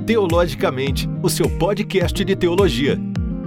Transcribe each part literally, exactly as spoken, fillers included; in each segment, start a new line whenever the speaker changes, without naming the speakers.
Teologicamente, o seu podcast de teologia.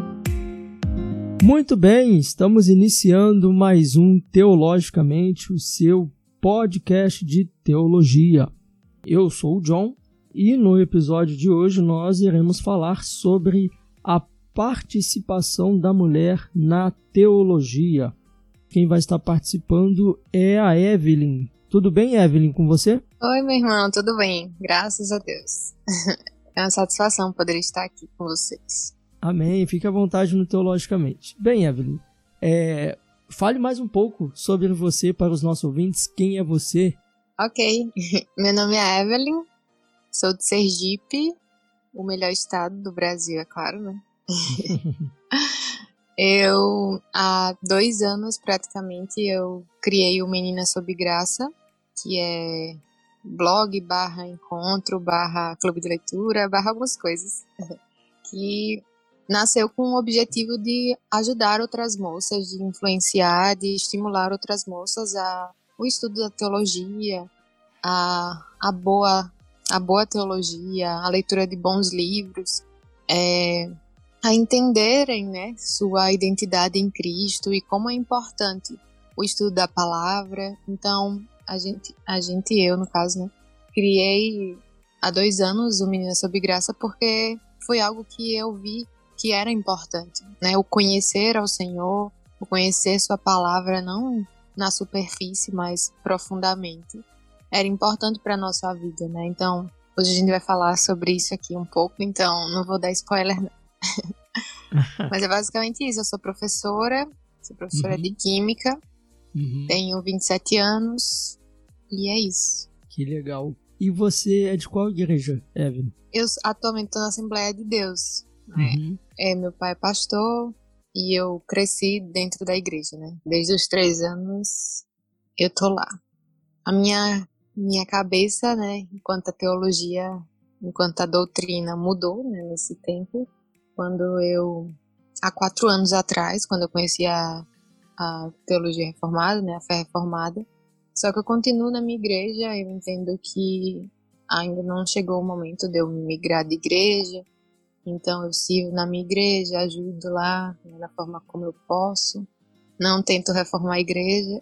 Muito bem, estamos iniciando mais um Teologicamente, o seu podcast de teologia. Eu sou o John e no episódio de hoje nós iremos falar sobre a participação da mulher na teologia. Quem vai estar participando é a Evelyn. Tudo bem, Evelyn, com você?
Oi, meu irmão, tudo bem? Graças a Deus. É uma satisfação poder estar aqui com vocês.
Amém, fique à vontade no Teologicamente. Bem, Evelyn, é, fale mais um pouco sobre você para os nossos ouvintes. Quem é você?
Ok, meu nome é Evelyn, sou de Sergipe, o melhor estado do Brasil, é claro, né? Eu, há dois anos praticamente, eu criei o Menina Sob Graça, que é blog, barra encontro, barra clube de leitura, barra algumas coisas, que nasceu com o objetivo de ajudar outras moças, de influenciar, de estimular outras moças a o estudo da teologia, a, a, boa, a boa teologia, a leitura de bons livros, é, a entenderem, né, sua identidade em Cristo e como é importante o estudo da palavra. Então, a gente, a gente eu, no caso, né, criei há dois anos o Menina Sob Graça porque foi algo que eu vi que era importante, né, o conhecer ao Senhor, o conhecer sua palavra, não na superfície, mas profundamente. Era importante para a nossa vida, né, então, hoje a gente vai falar sobre isso aqui um pouco, então não vou dar spoiler, não. Mas é basicamente isso. Eu sou professora, sou professora uhum. de Química, uhum. tenho vinte e sete anos e é isso.
Que legal. E você é de qual igreja, Evelyn?
Eu atualmente estou na Assembleia de Deus. Uhum. É, é, meu pai é pastor e eu cresci dentro da igreja, né? Desde os três anos eu tô lá. A minha, minha cabeça, né, enquanto a teologia, enquanto a doutrina mudou, né, nesse tempo. Quando eu, há quatro anos atrás, quando eu conheci a, a teologia reformada, né, a fé reformada, só que eu continuo na minha igreja, eu entendo que ainda não chegou o momento de eu migrar de igreja, então eu sirvo na minha igreja, ajudo lá, né, da forma como eu posso, não tento reformar a igreja,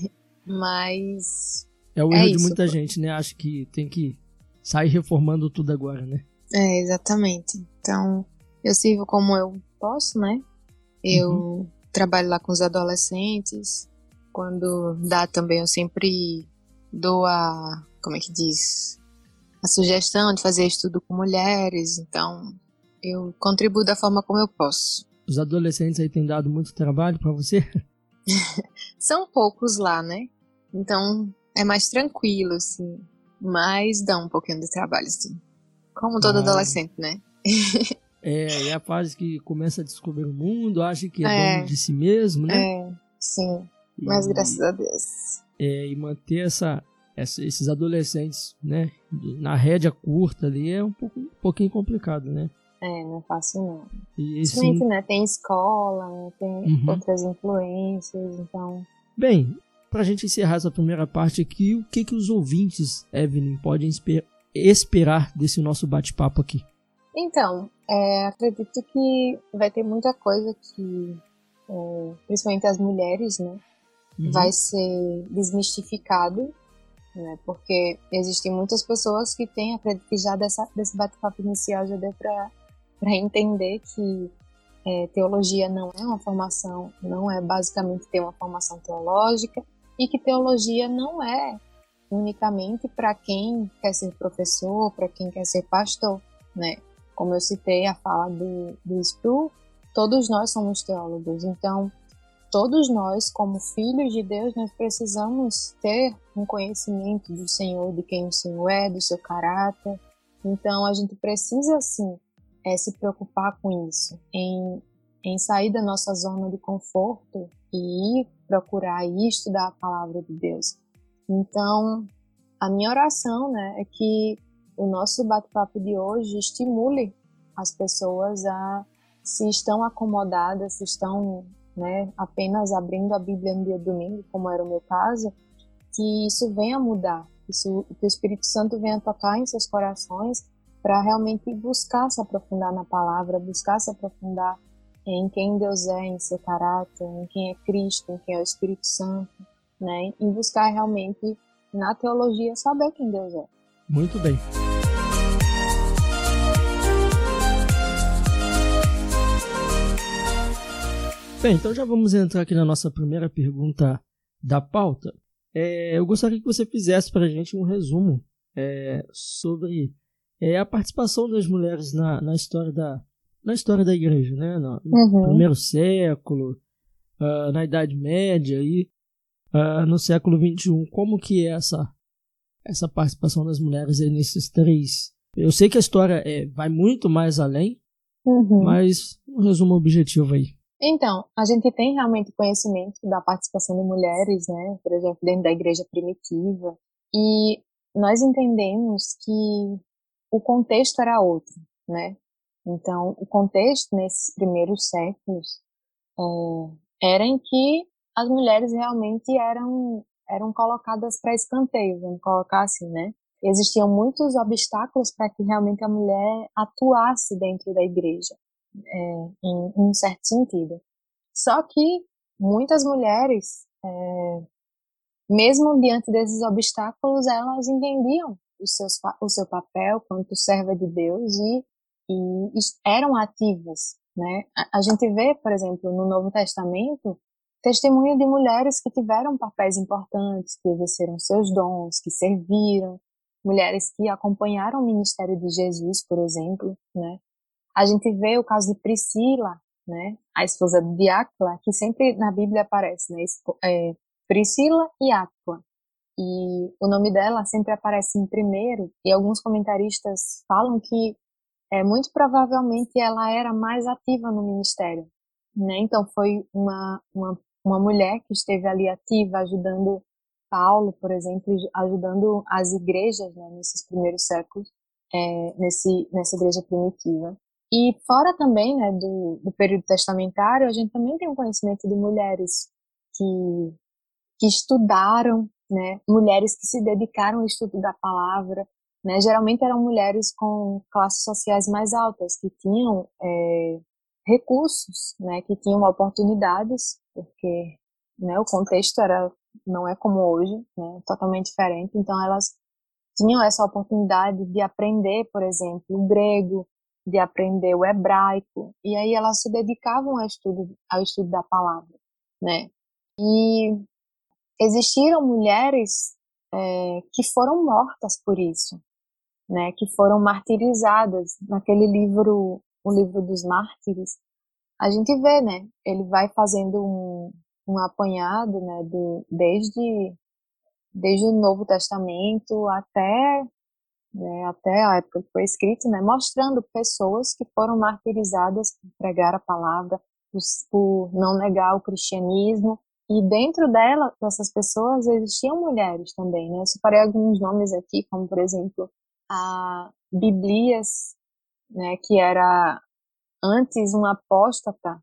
mas
é o
é
erro
isso.
De muita gente, né, acha que tem que sair reformando tudo agora, né?
É, exatamente, então eu sirvo como eu posso, né? Eu uhum. trabalho lá com os adolescentes. Quando dá também, eu sempre dou a, como é que diz? A sugestão de fazer estudo com mulheres. Então, eu contribuo da forma como eu posso.
Os adolescentes aí têm dado muito trabalho para você?
São poucos lá, né? Então, é mais tranquilo, assim. Mas dá um pouquinho de trabalho, assim. Como todo ah. adolescente, né?
É, é a fase que começa a descobrir o mundo, acha que é, é dono de si mesmo, né?
É, sim, mas e, graças a Deus.
É, e manter essa, essa, esses adolescentes, né, na rédea curta ali é um, pouco, um pouquinho complicado, né?
É, não é fácil não.
E,
Principalmente,
sim,
né, tem escola, né, tem uhum. outras influências, então...
Bem, pra gente encerrar essa primeira parte aqui, o que que os ouvintes, Evelyn, podem esper- esperar desse nosso bate-papo aqui?
Então, é, acredito que vai ter muita coisa que, é, principalmente as mulheres, né, uhum. vai ser desmistificado, né, porque existem muitas pessoas que têm, acredito que já dessa, desse bate-papo inicial já deu para entender que é, teologia não é uma formação, não é basicamente ter uma formação teológica, e que teologia não é unicamente para quem quer ser professor, para quem quer ser pastor, né? Como eu citei a fala do, do Sproul, todos nós somos teólogos, então todos nós, como filhos de Deus, nós precisamos ter um conhecimento do Senhor, de quem o Senhor é, do seu caráter. Então a gente precisa sim é, se preocupar com isso, em, em sair da nossa zona de conforto e ir procurar e estudar a palavra de Deus. Então a minha oração, né, é que o nosso bate-papo de hoje estimule as pessoas a, se estão acomodadas, se estão, né, apenas abrindo a Bíblia no dia de domingo, como era o meu caso, que isso venha mudar, isso, que o Espírito Santo venha tocar em seus corações para realmente buscar se aprofundar na palavra, buscar se aprofundar em quem Deus é, em seu caráter, em quem é Cristo, em quem é o Espírito Santo, né? E buscar realmente na teologia saber quem Deus é.
Muito bem. Bem, então já vamos entrar aqui na nossa primeira pergunta da pauta. É, eu gostaria que você fizesse para a gente um resumo é, sobre é, a participação das mulheres na, na, história, da, na história da igreja, né? No, no
Uhum.
primeiro século, uh, na Idade Média e uh, no século vinte e um. Como que é essa, essa participação das mulheres aí nesses três? Eu sei que a história é, vai muito mais além,
Uhum.
mas um resumo objetivo aí.
Então, a gente tem realmente conhecimento da participação de mulheres, né, por exemplo, dentro da igreja primitiva, e nós entendemos que o contexto era outro, né? Então, o contexto nesses primeiros séculos é, era em que as mulheres realmente eram, eram colocadas para escanteio, vamos colocar assim, né? Existiam muitos obstáculos para que realmente a mulher atuasse dentro da igreja. É, em, em um certo sentido. Só que muitas mulheres, é, mesmo diante desses obstáculos, elas entendiam os seus, o seu papel quanto serva de Deus e, e eram ativas, né? A, a gente vê, por exemplo, no Novo Testamento, testemunho de mulheres que tiveram papéis importantes, que exerceram seus dons, que serviram, mulheres que acompanharam o ministério de Jesus, por exemplo, né? A gente vê o caso de Priscila, né, a esposa de Áquila, que sempre na Bíblia aparece, né, é, Priscila e Áquila. E o nome dela sempre aparece em primeiro, e alguns comentaristas falam que é, muito provavelmente ela era mais ativa no ministério, né? Então foi uma, uma, uma mulher que esteve ali ativa, ajudando Paulo, por exemplo, ajudando as igrejas, né, nesses primeiros séculos, é, nesse, nessa igreja primitiva. E fora também, né, do, do período testamentário, a gente também tem um conhecimento de mulheres que, que estudaram, né, mulheres que se dedicaram ao estudo da palavra, né, geralmente eram mulheres com classes sociais mais altas, que tinham é, recursos, né, que tinham oportunidades, porque, né, o contexto era, não é como hoje, né, totalmente diferente, então elas tinham essa oportunidade de aprender, por exemplo, o grego, de aprender o hebraico, e aí elas se dedicavam ao estudo, ao estudo da palavra, né? E existiram mulheres é, que foram mortas por isso, né? Que foram martirizadas. Naquele livro, o livro dos mártires, a gente vê, né? Ele vai fazendo um, um apanhado, né? Do, desde, desde o Novo Testamento até né, até a época que foi escrito, né, mostrando pessoas que foram martirizadas por pregar a palavra, por, por não negar o cristianismo, e dentro dela, dessas pessoas, existiam mulheres também, né, eu separei alguns nomes aqui, como por exemplo, a Biblias, né, que era antes uma apóstata,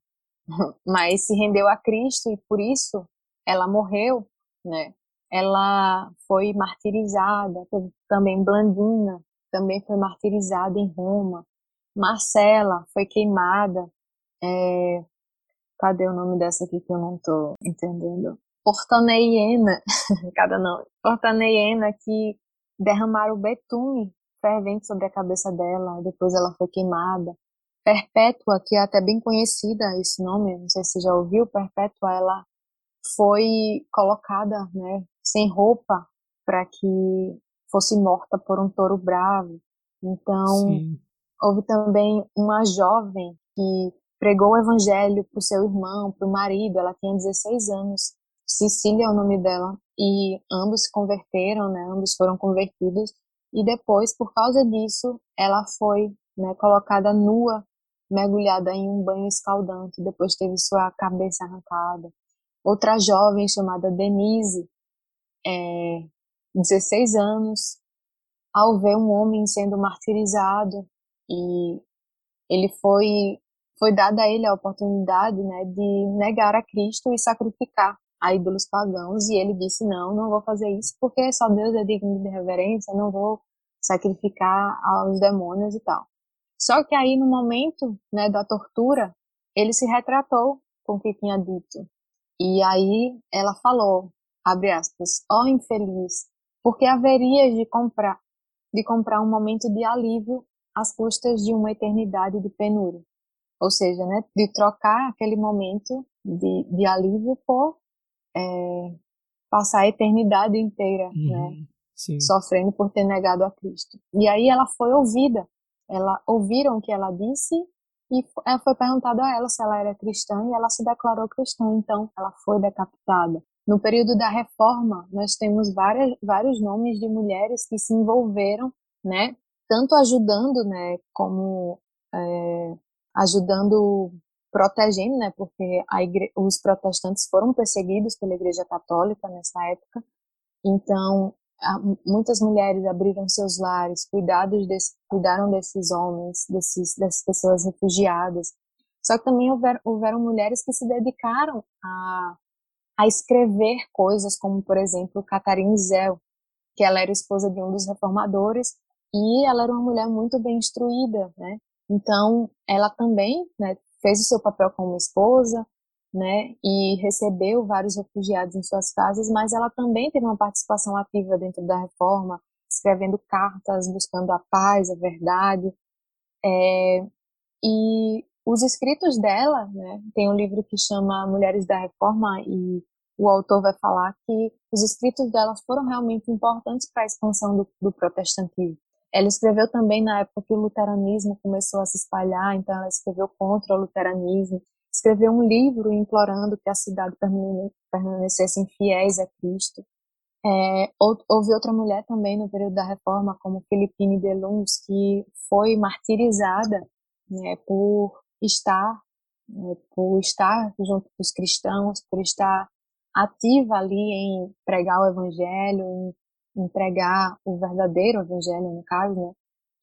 mas se rendeu a Cristo e por isso ela morreu, né, ela foi martirizada. Teve também Blandina, também foi martirizada em Roma. Marcela foi queimada. É, cadê o nome dessa aqui que eu não estou entendendo? Portaneiena, cada nome. Portaneiena, que derramaram betume fervente sobre a cabeça dela, depois ela foi queimada. Perpétua, que é até bem conhecida esse nome, não sei se você já ouviu, Perpétua, ela foi colocada, né, sem roupa para que fosse morta por um touro bravo. Então,
Sim.
houve também uma jovem que pregou o evangelho para o seu irmão, para o marido, ela tinha dezesseis anos, Cecília é o nome dela, e ambos se converteram, né, ambos foram convertidos, e depois, por causa disso, ela foi, né, colocada nua, mergulhada em um banho escaldante, depois teve sua cabeça arrancada. Outra jovem chamada Denise, é, dezesseis anos, ao ver um homem sendo martirizado, e ele foi, foi dada a ele a oportunidade, né, de negar a Cristo e sacrificar a ídolos pagãos, e ele disse, não, não vou fazer isso, porque só Deus é digno de reverência, não vou sacrificar aos demônios e tal. Só que aí no momento, né, da tortura, ele se retratou com o que tinha dito. E aí ela falou, abre aspas, ó infeliz, porque haverias de comprar, de comprar um momento de alívio às custas de uma eternidade de penúria. Ou seja, né, de trocar aquele momento de, de alívio por é, passar a eternidade inteira, uhum, né,
sim,
sofrendo por ter negado a Cristo. E aí ela foi ouvida, ela ouviram o que ela disse e foi perguntado a ela se ela era cristã e ela se declarou cristã, então ela foi decapitada. No período da Reforma, nós temos várias, vários nomes de mulheres que se envolveram, né, tanto ajudando, né, como é, ajudando, protegendo, né, porque a igre- os protestantes foram perseguidos pela Igreja Católica nessa época. Então, muitas mulheres abriram seus lares, cuidados desse, cuidaram desses homens, desses, dessas pessoas refugiadas. Só que também houver, houveram mulheres que se dedicaram a, a escrever coisas, como, por exemplo, Catharine Zell, que ela era esposa de um dos reformadores, e ela era uma mulher muito bem instruída, né? Então, ela também, né, fez o seu papel como esposa, né, e recebeu vários refugiados em suas casas, mas ela também teve uma participação ativa dentro da reforma, escrevendo cartas, buscando a paz, a verdade, é, e os escritos dela, né, tem um livro que chama Mulheres da Reforma, e o autor vai falar que os escritos dela foram realmente importantes para a expansão do, do protestantismo. Ela escreveu também na época que o luteranismo começou a se espalhar, então ela escreveu contra o luteranismo, escreveu um livro implorando que a cidade permanecesse fiéis a Cristo. É, houve outra mulher também no período da Reforma, como Philippine Delums, que foi martirizada, né, por estar, né, por estar junto com os cristãos, por estar ativa ali em pregar o evangelho, em, em pregar o verdadeiro evangelho, no caso, né?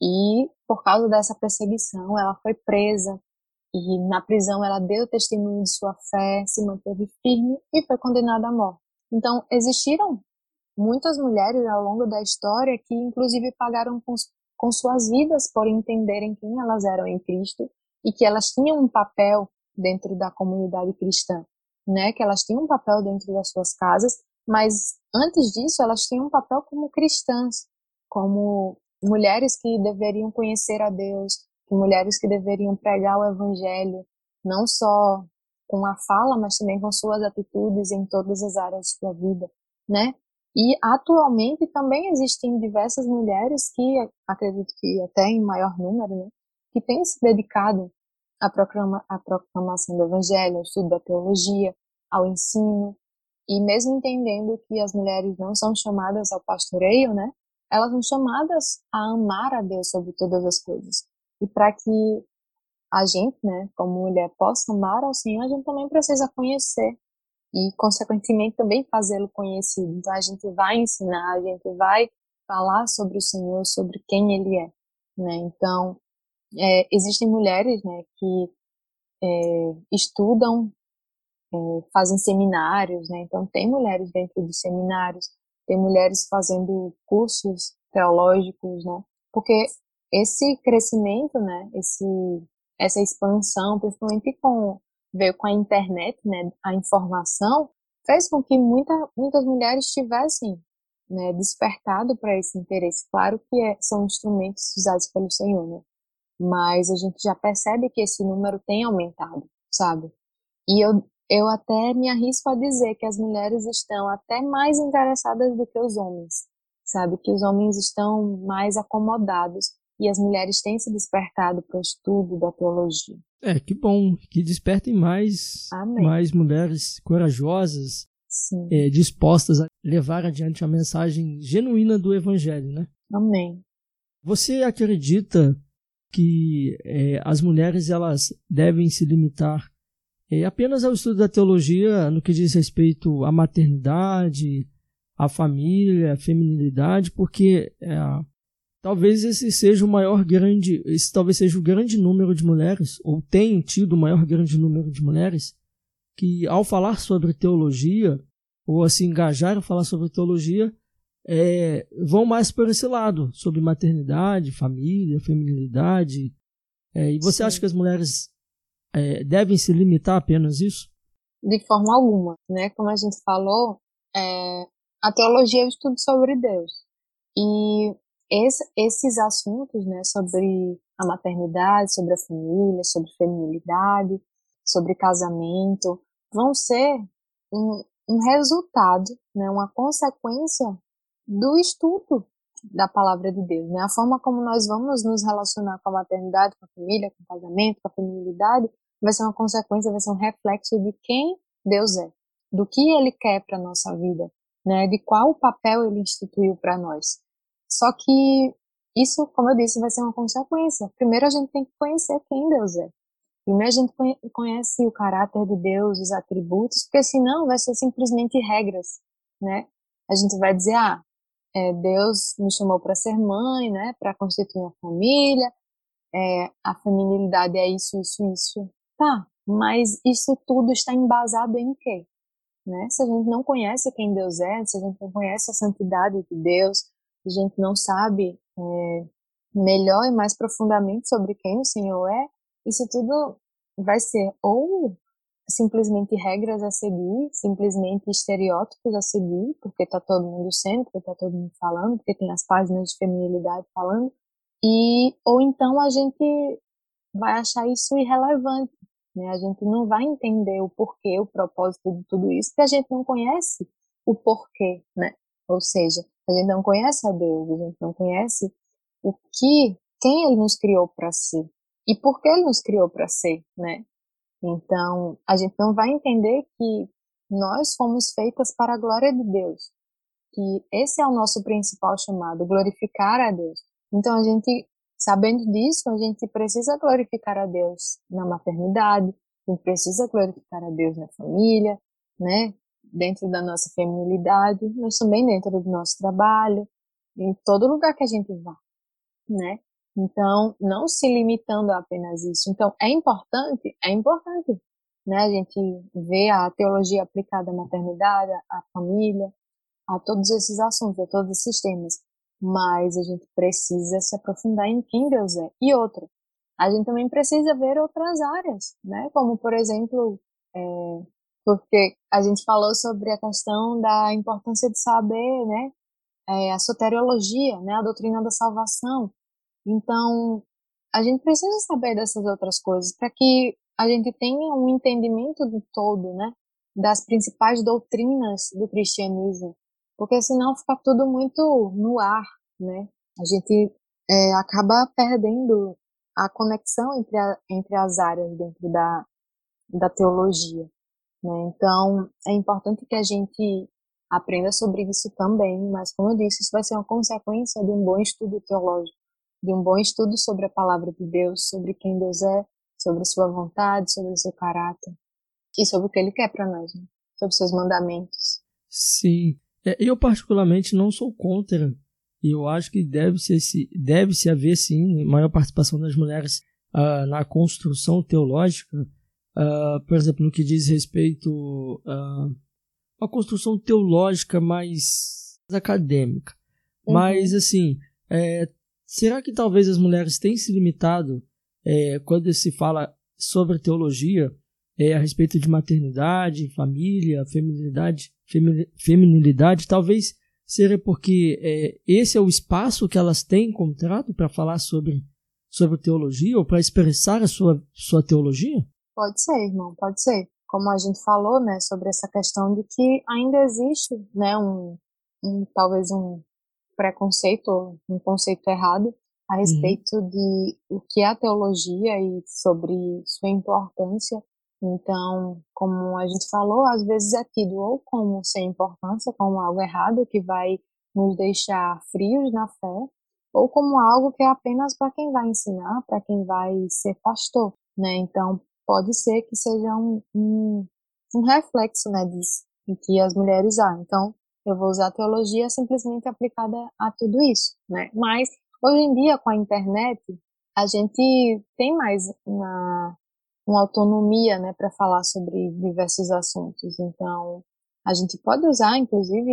E por causa dessa perseguição, ela foi presa. E na prisão ela deu testemunho de sua fé, se manteve firme e foi condenada à morte. Então, existiram muitas mulheres ao longo da história que inclusive pagaram com, com suas vidas por entenderem quem elas eram em Cristo e que elas tinham um papel dentro da comunidade cristã, né? Que elas tinham um papel dentro das suas casas, mas antes disso elas tinham um papel como cristãs, como mulheres que deveriam conhecer a Deus, mulheres que deveriam pregar o evangelho, não só com a fala, mas também com suas atitudes em todas as áreas de sua vida, né? E atualmente também existem diversas mulheres que, acredito que até em maior número, né, que têm se dedicado à, proclama, à proclamação do evangelho, ao estudo da teologia, ao ensino, e mesmo entendendo que as mulheres não são chamadas ao pastoreio, né, elas são chamadas a amar a Deus sobre todas as coisas. E para que a gente, né, como mulher, possa amar ao Senhor, a gente também precisa conhecer e, consequentemente, também fazê-lo conhecido. Então, a gente vai ensinar, a gente vai falar sobre o Senhor, sobre quem Ele é, né? Então, é, existem mulheres, né, que é, estudam, é, fazem seminários, né? Então, tem mulheres dentro dos seminários, tem mulheres fazendo cursos teológicos, né? Porque esse crescimento, né, esse, essa expansão, principalmente com, veio com a internet, né, a informação, fez com que muita, muitas mulheres tivessem, né, despertado para esse interesse. Claro que é, são instrumentos usados pelo Senhor, né, mas a gente já percebe que esse número tem aumentado, sabe? E eu, eu até me arrisco a dizer que as mulheres estão até mais interessadas do que os homens, sabe? Que os homens estão mais acomodados e as mulheres têm se despertado para o estudo da teologia.
É, que bom, que despertem mais, mais mulheres corajosas, é, dispostas a levar adiante a mensagem genuína do Evangelho, né?
Amém.
Você acredita que é, as mulheres elas devem se limitar é, apenas ao estudo da teologia no que diz respeito à maternidade, à família, à feminilidade, porque é, talvez esse seja o maior grande, esse talvez seja o grande número de mulheres, ou tenham tido o maior grande número de mulheres, que ao falar sobre teologia, ou a se engajar a falar sobre teologia, é, vão mais por esse lado, sobre maternidade, família, feminilidade. É, e você Sim. acha que as mulheres é, devem se limitar a apenas isso?
De forma alguma, né? Como a gente falou, é, a teologia é o estudo sobre Deus. E esse, esses assuntos, né, sobre a maternidade, sobre a família, sobre feminilidade, sobre casamento, vão ser um, um resultado, né, uma consequência do estudo da palavra de Deus, né? A forma como nós vamos nos relacionar com a maternidade, com a família, com o casamento, com a feminilidade, vai ser uma consequência, vai ser um reflexo de quem Deus é, do que Ele quer para a nossa vida, né? De qual papel Ele instituiu para nós. Só que isso, como eu disse, vai ser uma consequência. Primeiro a gente tem que conhecer quem Deus é. Primeiro a gente conhece o caráter de Deus, os atributos, porque senão vai ser simplesmente regras, né? A gente vai dizer, ah, é, Deus me chamou para ser mãe, né? Para constituir uma família, é, a feminilidade é isso, isso, isso. Tá, mas isso tudo está embasado em quê? Né? Se a gente não conhece quem Deus é, se a gente não conhece a santidade de Deus, se a gente não sabe é, melhor e mais profundamente sobre quem o Senhor é, isso tudo vai ser ou simplesmente regras a seguir, simplesmente estereótipos a seguir, porque está todo mundo sendo, porque está todo mundo falando, porque tem as páginas de feminilidade falando, e ou então a gente vai achar isso irrelevante, né? A gente não vai entender o porquê, o propósito de tudo isso, porque a gente não conhece o porquê, né? Ou seja, a gente não conhece a Deus, a gente não conhece o que, quem Ele nos criou para ser e por que Ele nos criou para ser, né? Então, a gente não vai entender que nós fomos feitas para a glória de Deus, que esse é o nosso principal chamado, glorificar a Deus. Então, a gente, sabendo disso, a gente precisa glorificar a Deus na maternidade, a gente precisa glorificar a Deus na família, né? Dentro da nossa feminilidade, mas também dentro do nosso trabalho, em todo lugar que a gente vá, né? Então, não se limitando a apenas isso. Então, é importante, é importante, né? A gente vê a teologia aplicada à maternidade, à família, a todos esses assuntos, a todos esses temas. Mas a gente precisa se aprofundar em quem Deus é. E outra, a gente também precisa ver outras áreas, né? Como, por exemplo, é, porque a gente falou sobre a questão da importância de saber, né? É, a soteriologia, né? A doutrina da salvação. Então, a gente precisa saber dessas outras coisas para que a gente tenha um entendimento do todo, né? Das principais doutrinas do cristianismo. Porque senão fica tudo muito no ar, né? A gente é, acaba perdendo a conexão entre, a, entre as áreas dentro da, da teologia, né? Então, é importante que a gente aprenda sobre isso também, mas como eu disse, isso vai ser uma consequência de um bom estudo teológico, de um bom estudo sobre a palavra de Deus, sobre quem Deus é, sobre sua vontade, sobre o seu caráter e sobre o que Ele quer para nós, né? Sobre seus mandamentos.
Sim. Eu, particularmente, não sou contra. Eu acho que deve-se deve -se haver, sim, maior participação das mulheres uh, na construção teológica. Uh, por exemplo, no que diz respeito uh, à construção teológica mais acadêmica. Uhum. Mas, assim, é, será que talvez as mulheres tenham se limitado, é, quando se fala sobre teologia, é, a respeito de maternidade, família, feminilidade, feminilidade, talvez seja porque é, esse é o espaço que elas têm encontrado para falar sobre, sobre teologia ou para expressar a sua, sua teologia?
Pode ser, irmão, pode ser. Como a gente falou, né, sobre essa questão de que ainda existe, né, um, um talvez um preconceito, um conceito errado a respeito uhum. de o que é a teologia e sobre sua importância. Então, como a gente falou, às vezes é tido ou como sem importância, como algo errado que vai nos deixar frios na fé, ou como algo que é apenas para quem vai ensinar, para quem vai ser pastor, né? Então, pode ser que seja um, um, um reflexo, né, disso, em que as mulheres, ah, então eu vou usar a teologia simplesmente aplicada a tudo isso, né? Mas, hoje em dia, com a internet, a gente tem mais uma... uma autonomia, né, para falar sobre diversos assuntos. Então, a gente pode usar, inclusive, né,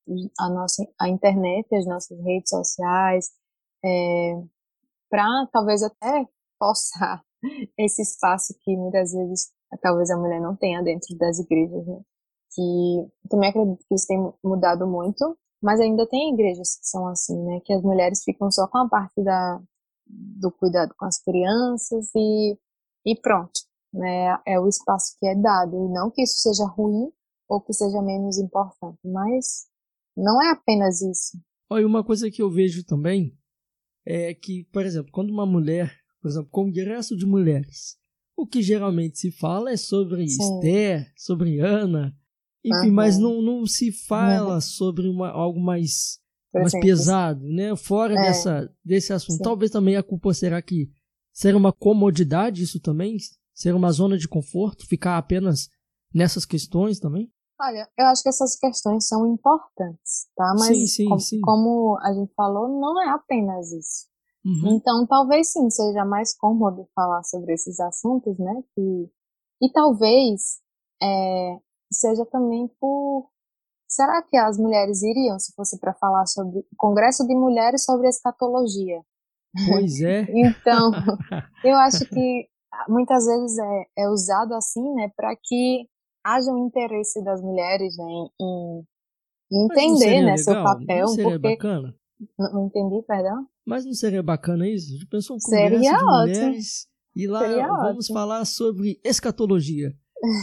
a nossa a internet, as nossas redes sociais, é, para talvez até forçar esse espaço que muitas vezes talvez a mulher não tenha dentro das igrejas, né? Que também acredito que isso tem mudado muito, mas ainda tem igrejas que são assim, né? Que as mulheres ficam só com a parte da, do cuidado com as crianças e, e pronto, né? É o espaço que é dado, e não que isso seja ruim ou que seja menos importante, mas não é apenas isso.
Olha, uma coisa que eu vejo também é que, por exemplo, quando uma mulher, por exemplo, congresso de mulheres, o que geralmente se fala é sobre
Sim.
Esther, sobre Ana, enfim,
Uhum.
mas não, não se fala sobre uma, algo mais, mais
exemplo,
pesado, né? Fora
é,
dessa, desse assunto.
sim.
Talvez também a culpa será que ser uma comodidade isso também? Ser uma zona de conforto? Ficar apenas nessas questões também?
Olha, eu acho que essas questões são importantes, tá? Mas
Sim, sim,
com,
sim.
como a gente falou, não é apenas isso.
Uhum.
Então, talvez sim, seja mais cômodo falar sobre esses assuntos, né? Que, e talvez é, seja também por... Será que as mulheres iriam, se fosse para falar sobre o Congresso de Mulheres sobre Escatologia?
Pois é.
Então, eu acho que muitas vezes é, é usado assim, né? Para que haja um interesse das mulheres, né? Em, em
Mas não
entender,
seria
né, seu
legal? Não
papel,
seria
porque...
bacana?
Não, não entendi, perdão?
Mas não seria bacana isso? Já pensou um
Seria
congresso de
ótimo.
mulheres e lá
Seria
vamos
ótimo.
falar sobre escatologia?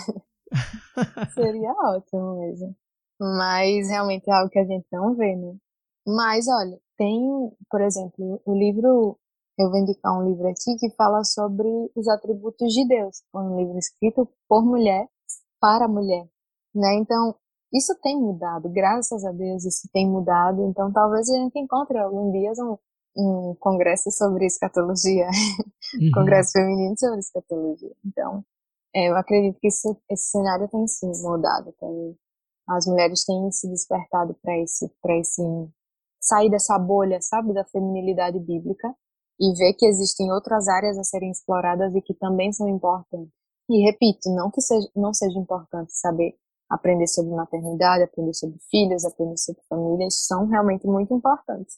Seria ótimo mesmo. Mas realmente é algo que a gente não vê, né? Mas olha, tem, por exemplo, o livro, eu vou indicar um livro aqui que fala sobre os atributos de Deus. Foi um livro escrito por mulher, para mulher, né? Então, isso tem mudado, graças a Deus isso tem mudado. Então, talvez a gente encontre algum dia um, um congresso sobre escatologia,
Uhum.
congresso feminino sobre escatologia. Então, é, eu acredito que isso, esse cenário tem sim mudado. Tem, as mulheres têm se despertado para esse, para esse sair dessa bolha, sabe, da feminilidade bíblica e ver que existem outras áreas a serem exploradas e que também são importantes. E repito, não que seja, não seja importante saber aprender sobre maternidade, aprender sobre filhos, aprender sobre famílias, são realmente muito importantes.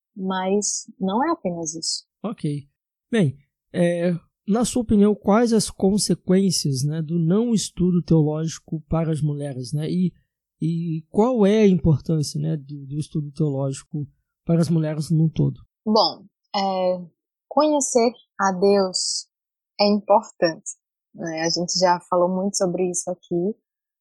Mas não é apenas isso.
Ok. Bem, é, na sua opinião, quais as consequências, né, do não estudo teológico para as mulheres, né? E, e qual é a importância, né, do, do estudo teológico para as mulheres no todo?
Bom, é, conhecer a Deus é importante, né? A gente já falou muito sobre isso aqui,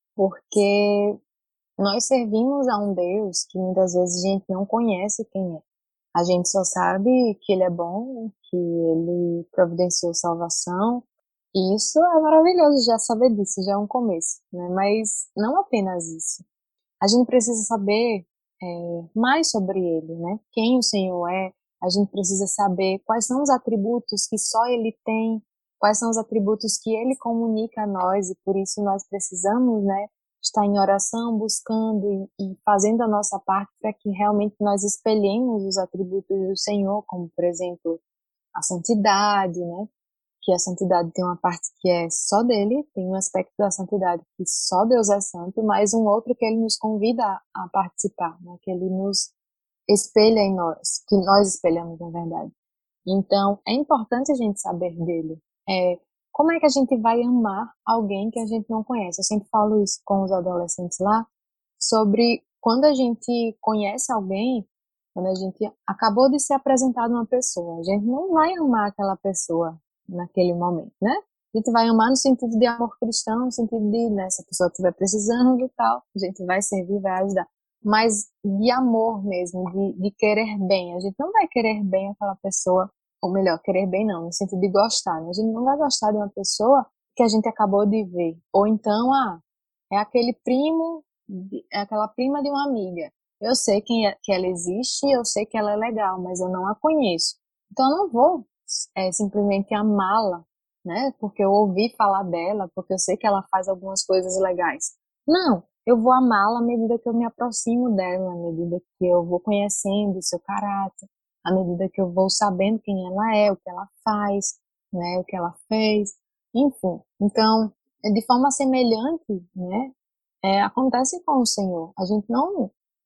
porque nós servimos a um Deus que muitas vezes a gente não conhece quem é. A gente só sabe que Ele é bom, que Ele providenciou salvação, e isso é maravilhoso, já saber disso, já é um começo, né? Mas não apenas isso. A gente precisa saber é, mais sobre Ele, né? Quem o Senhor é. A gente precisa saber quais são os atributos que só Ele tem, quais são os atributos que Ele comunica a nós, e por isso nós precisamos, né, estar em oração, buscando e, e fazendo a nossa parte para que realmente nós espelhemos os atributos do Senhor, como, por exemplo, a santidade, né? Que a santidade tem uma parte que é só dele, tem um aspecto da santidade que só Deus é santo, mas um outro que ele nos convida a, a participar, né? Que ele nos espelha em nós, que nós espelhamos, na verdade. Então, é importante a gente saber dele. É, como é que a gente vai amar alguém que a gente não conhece? Eu sempre falo isso com os adolescentes lá, sobre quando a gente conhece alguém, quando a gente acabou de ser apresentado uma pessoa, a gente não vai amar aquela pessoa naquele momento, né? A gente vai amar no sentido de amor cristão, no sentido de, né, se a pessoa estiver precisando e tal, a gente vai servir, vai ajudar. Mas de amor mesmo, de, de querer bem. A gente não vai querer bem aquela pessoa, ou melhor, querer bem não, no sentido de gostar, né? A gente não vai gostar de uma pessoa que a gente acabou de ver. Ou então, ah, é aquele primo, é aquela prima de uma amiga. Eu sei quem é, que ela existe, eu sei que ela é legal, mas eu não a conheço. Então eu não vou é, simplesmente amá-la, né? Porque eu ouvi falar dela, porque eu sei que ela faz algumas coisas legais. Não, eu vou amá-la à medida que eu me aproximo dela, à medida que eu vou conhecendo o seu caráter, à medida que eu vou sabendo quem ela é, o que ela faz, né? O que ela fez, enfim. Então, de forma semelhante, né? É, acontece com o Senhor. A gente não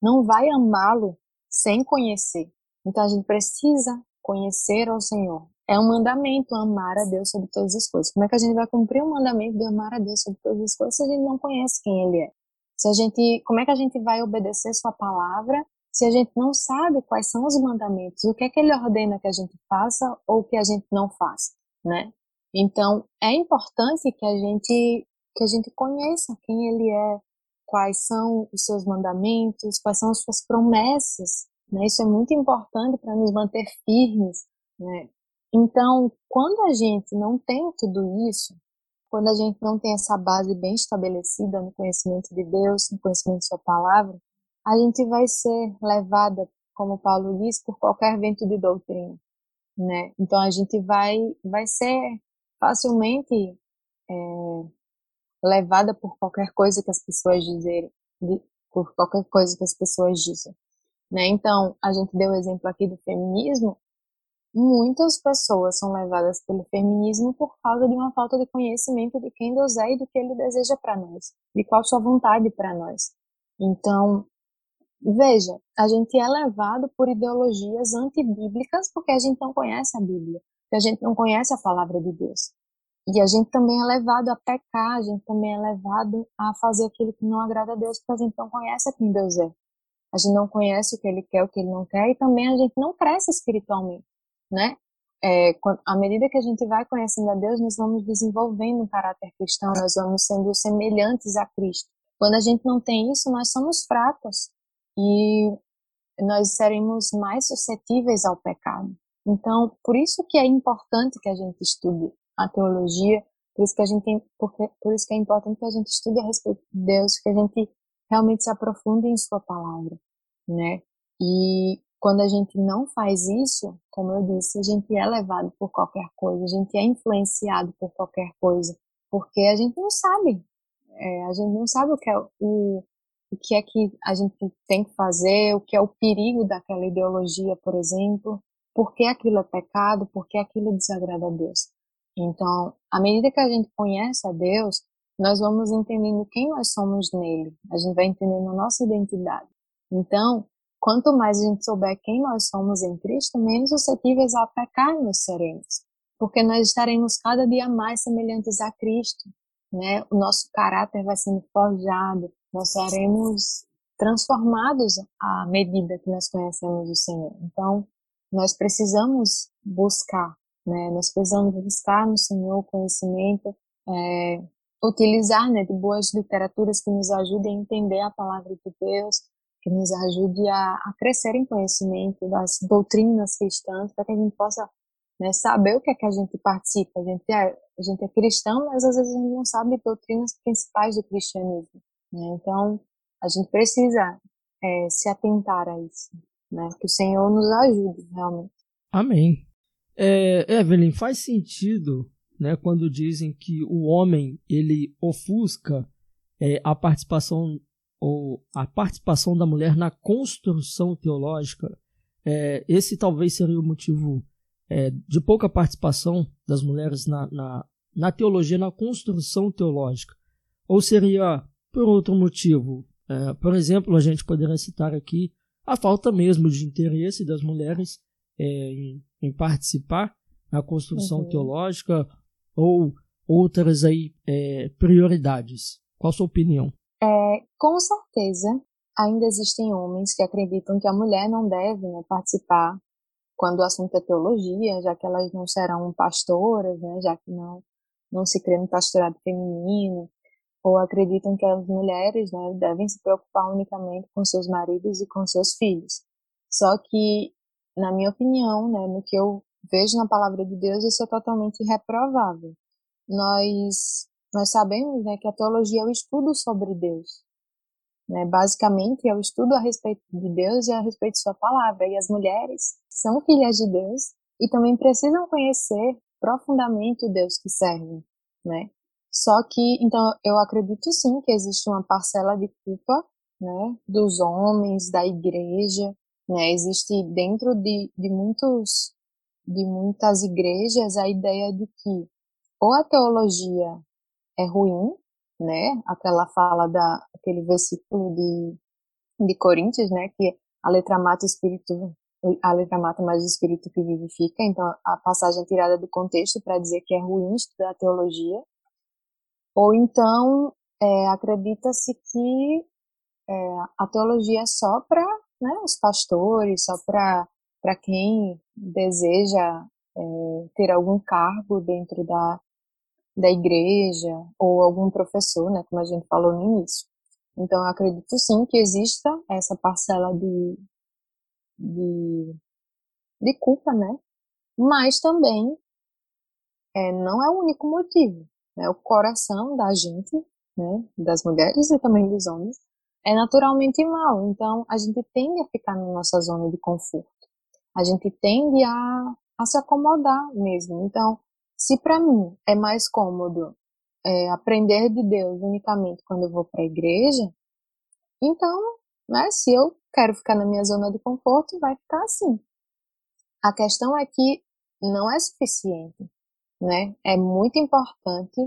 não vai amá-lo sem conhecer. Então a gente precisa conhecer ao Senhor. É um mandamento amar a Deus sobre todas as coisas. Como é que a gente vai cumprir o mandamento de amar a Deus sobre todas as coisas se a gente não conhece quem Ele é? Se a gente, como é que a gente vai obedecer sua palavra se a gente não sabe quais são os mandamentos? O que é que Ele ordena que a gente faça ou que a gente não faça, né? Então, é importante que a gente, que a gente conheça quem Ele é, quais são os seus mandamentos, quais são as suas promessas, né? Isso é muito importante para nos manter firmes, né? Então, quando a gente não tem tudo isso, quando a gente não tem essa base bem estabelecida no conhecimento de Deus, no conhecimento de sua palavra, a gente vai ser levada, como Paulo diz, por qualquer vento de doutrina, né? Então a gente vai, vai ser facilmente é, levada por qualquer coisa que as pessoas dizerem, de, por qualquer coisa que as pessoas dizem, né? Então a gente deu o exemplo aqui do feminismo. Muitas pessoas são levadas pelo feminismo por causa de uma falta de conhecimento de quem Deus é e do que Ele deseja para nós, de qual sua vontade para nós. Então, veja, a gente é levado por ideologias antibíblicas porque a gente não conhece a Bíblia, porque a gente não conhece a palavra de Deus. E a gente também é levado a pecar, a gente também é levado a fazer aquilo que não agrada a Deus porque a gente não conhece quem Deus é. A gente não conhece o que Ele quer, o que Ele não quer, e também a gente não cresce espiritualmente, né? É, à medida que a gente vai conhecendo a Deus, nós vamos desenvolvendo um caráter cristão, nós vamos sendo semelhantes a Cristo. Quando a gente não tem isso, nós somos fracos e nós seremos mais suscetíveis ao pecado. Então, por isso que é importante que a gente estude a teologia, por isso que a gente tem, porque, por isso que é importante que a gente estude a respeito de Deus, que a gente realmente se aprofunde em sua palavra, né? E quando a gente não faz isso, como eu disse, a gente é levado por qualquer coisa, a gente é influenciado por qualquer coisa, porque a gente não sabe, é, a gente não sabe o que é o, o que é que a gente tem que fazer, o que é o perigo daquela ideologia, por exemplo, por que aquilo é pecado, por que aquilo desagrada a Deus. Então, à medida que a gente conhece a Deus, nós vamos entendendo quem nós somos nele, a gente vai entendendo a nossa identidade. Então, quanto mais a gente souber quem nós somos em Cristo, menos suscetíveis a pecar nós seremos, porque nós estaremos cada dia mais semelhantes a Cristo, né? O nosso caráter vai sendo forjado, nós seremos transformados à medida que nós conhecemos o Senhor. Então, nós precisamos buscar, né? Nós precisamos buscar no Senhor o conhecimento, é, utilizar, né, de boas literaturas que nos ajudem a entender a palavra de Deus, que nos ajude a, a crescer em conhecimento das doutrinas cristãs, para que a gente possa, né, saber o que é que a gente participa. A gente é, a gente é cristão, mas às vezes a gente não sabe doutrinas principais do cristianismo, né? Então, a gente precisa é, se atentar a isso, né? Que o Senhor nos ajude, realmente.
Amém. É, Evelyn, faz sentido, né, quando dizem que o homem ele ofusca é, a participação ou a participação da mulher na construção teológica. É, esse talvez seria o motivo é, de pouca participação das mulheres na, na, na teologia, na construção teológica. Ou seria por outro motivo? É, por exemplo, a gente poderia citar aqui a falta mesmo de interesse das mulheres é, em, em participar na construção uhum. teológica, ou outras aí, é, prioridades. Qual a sua opinião?
É, com certeza, ainda existem homens que acreditam que a mulher não deve, né, participar quando o assunto é teologia, já que elas não serão pastoras, né, já que não, não se crê no pastorado feminino, ou acreditam que as mulheres, né, devem se preocupar unicamente com seus maridos e com seus filhos. Só que, na minha opinião, né, no que eu vejo na palavra de Deus, isso é totalmente reprovável. Nós, nós sabemos, né, que a teologia é o estudo sobre Deus. Né? Basicamente, é o estudo a respeito de Deus e a respeito de sua palavra. E as mulheres são filhas de Deus e também precisam conhecer profundamente o Deus que servem, né? Só que, então, eu acredito sim que existe uma parcela de culpa, né, dos homens, da igreja, né? Existe dentro de, de muitos de muitas igrejas a ideia de que ou a teologia é ruim, né? Aquela fala da aquele versículo de de Coríntios, né, que a letra mata o espírito, a letra mata, mas o espírito que vivifica. Então, a passagem é tirada do contexto para dizer que é ruim estudar teologia. Ou então, é, acredita-se que é, a teologia é só para, né, os pastores, só para para quem deseja é, ter algum cargo dentro da, da igreja, ou algum professor, né, como a gente falou no início. Então, eu acredito sim que exista essa parcela de, de, de culpa, né? Mas também é, não é o único motivo, né? O coração da gente, né, das mulheres e também dos homens, é naturalmente mau. Então, a gente tende a ficar na nossa zona de conforto. A gente tende a, a se acomodar mesmo. Então, se para mim é mais cômodo é, aprender de Deus unicamente quando eu vou para a igreja, então, né, se eu quero ficar na minha zona de conforto, vai ficar assim. A questão é que não é suficiente, né? É muito importante,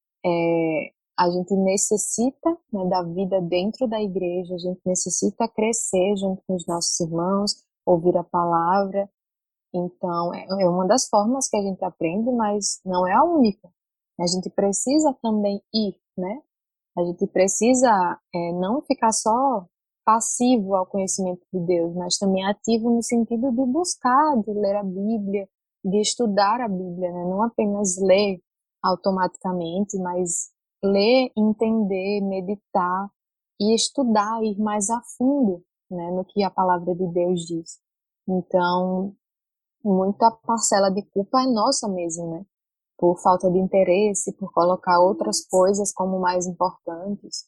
é, a gente necessita, né, da vida dentro da igreja, a gente necessita crescer junto com os nossos irmãos, ouvir a palavra. Então, é, é uma das formas que a gente aprende, mas não é a única. A gente precisa também ir, né? A gente precisa é, não ficar só passivo ao conhecimento de Deus, mas também ativo no sentido de buscar, de ler a Bíblia, de estudar a Bíblia, né? Não apenas ler automaticamente, mas ler, entender, meditar e estudar, ir mais a fundo, né, no que a palavra de Deus diz. Então, muita parcela de culpa é nossa mesmo, né? Por falta de interesse, por colocar outras coisas como mais importantes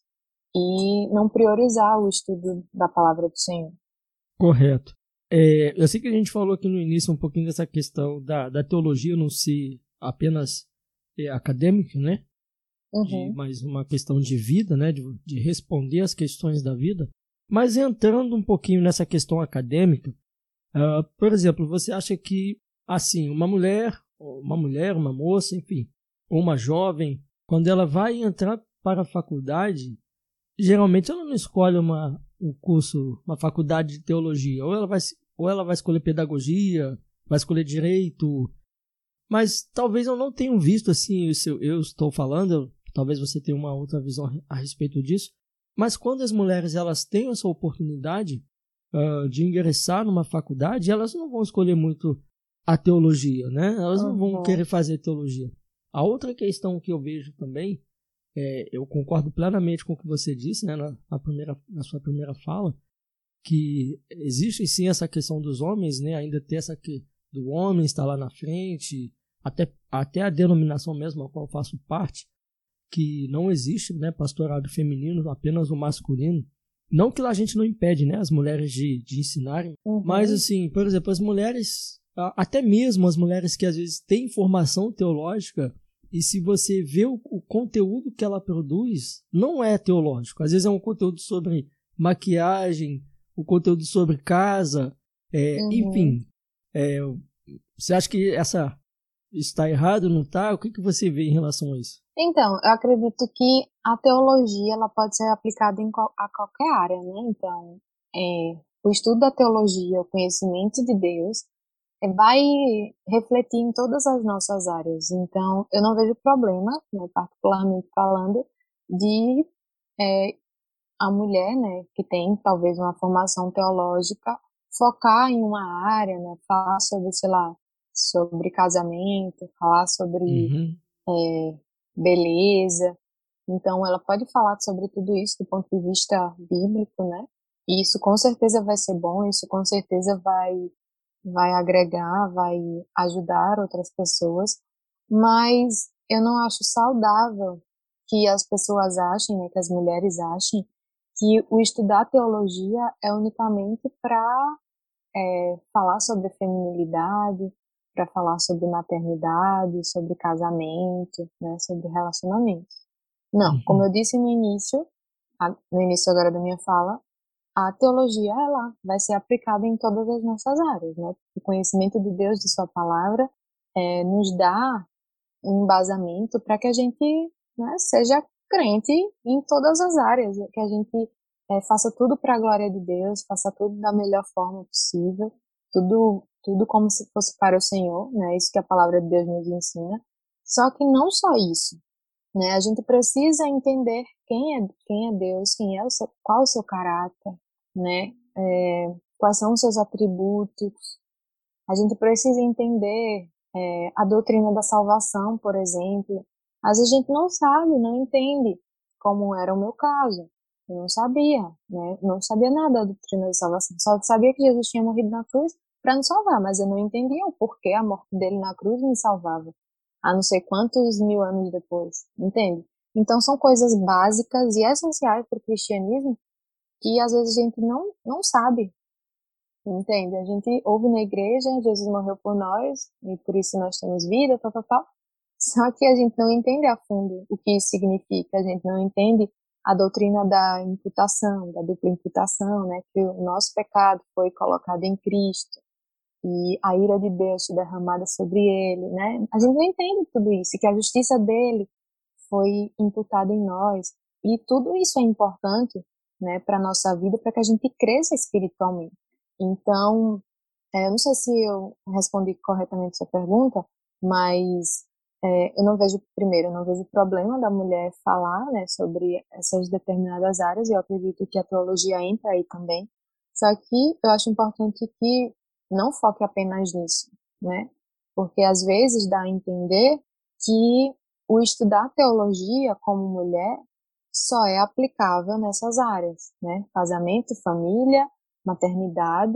e não priorizar o estudo da palavra do Senhor.
Correto. É, eu sei que a gente falou aqui no início um pouquinho dessa questão da, da teologia não ser apenas é, acadêmica, né?
Uhum.
De, mais uma questão de vida, né? De, de responder às questões da vida. Mas entrando um pouquinho nessa questão acadêmica, uh, por exemplo, você acha que, assim, uma mulher, uma mulher, uma moça, enfim, ou uma jovem, quando ela vai entrar para a faculdade, geralmente ela não escolhe uma, um curso, uma faculdade de teologia, ou ela vai, ou ela vai escolher pedagogia, vai escolher direito, mas talvez eu não tenha visto assim, eu, eu estou falando, talvez você tenha uma outra visão a respeito disso, mas quando as mulheres elas têm essa oportunidade uh, de ingressar numa faculdade, elas não vão escolher muito a teologia, né? Elas não vão
Uhum.
querer fazer teologia. A outra questão que eu vejo também, é, eu concordo plenamente com o que você disse, né, na, na, primeira, na sua primeira fala, que existe sim essa questão dos homens, né, ainda ter essa que do homem estar lá na frente, até, até a denominação mesmo a qual eu faço parte, que não existe, né, pastorado feminino, apenas o masculino. Não que a gente não impede, né, as mulheres de, de ensinarem, uhum. Mas assim, por exemplo, as mulheres, até mesmo as mulheres que às vezes têm formação teológica, e se você vê o, o conteúdo que ela produz, não é teológico. Às vezes é um conteúdo sobre maquiagem, o conteúdo sobre casa, é, uhum. Enfim. É, você acha que essa está errado, não está? O que, que você vê em relação a isso?
Então, eu acredito que a teologia ela pode ser aplicada em qual, a qualquer área, né? Então, é, o estudo da teologia, o conhecimento de Deus, é, vai refletir em todas as nossas áreas. Então, eu não vejo problema, né, particularmente falando, de é, a mulher, né, que tem talvez uma formação teológica, focar em uma área, né, falar sobre, sei lá, sobre casamento, falar sobre
uhum.
é, beleza. Então, ela pode falar sobre tudo isso do ponto de vista bíblico, né? E isso com certeza vai ser bom, isso com certeza vai, vai agregar, vai ajudar outras pessoas, mas eu não acho saudável que as pessoas achem, né, que as mulheres achem, que o estudar teologia é unicamente para é, falar sobre feminilidade, para falar sobre maternidade, sobre casamento, né, sobre relacionamento. Não,
Uhum.
como eu disse no início, a, no início agora da minha fala, a teologia, ela vai ser aplicada em todas as nossas áreas, né? O conhecimento de Deus, de sua palavra, é, nos dá um embasamento para que a gente, né, seja crente em todas as áreas, que a gente é, faça tudo para a glória de Deus, faça tudo da melhor forma possível, tudo, tudo como se fosse para o Senhor, né? Isso que a palavra de Deus nos ensina. Só que não só isso, né? A gente precisa entender quem é, quem é Deus, quem é o seu, qual é o seu caráter, né? É, quais são os seus atributos. A gente precisa entender é, a doutrina da salvação, por exemplo. Às vezes a gente não sabe, não entende, como era o meu caso. Eu não sabia, né? Não sabia nada da doutrina da salvação. Só sabia que Jesus tinha morrido na cruz para nos salvar, mas eu não entendia o porquê a morte dele na cruz me salvava. A não sei quantos mil anos depois, entende? Então são coisas básicas e essenciais para o cristianismo que às vezes a gente não, não sabe, entende? A gente ouve na igreja, Jesus morreu por nós e por isso nós temos vida, tal, tal, tal. Só que a gente não entende a fundo o que isso significa, a gente não entende a doutrina da imputação, da dupla imputação, né? Que o nosso pecado foi colocado em Cristo e a ira de Deus foi derramada sobre ele, né? A gente não entende tudo isso, que a justiça dele foi imputada em nós. E tudo isso é importante, né, para a nossa vida, para que a gente cresça espiritualmente. Então, é, eu não sei se eu respondi corretamente a sua pergunta, mas é, eu não vejo, primeiro, eu não vejo problema da mulher falar, né, sobre essas determinadas áreas, e eu acredito que a teologia entra aí também. Só que eu acho importante que não foque apenas nisso, né? Porque às vezes dá a entender que o estudar teologia como mulher só é aplicável nessas áreas, né? Casamento, família, maternidade,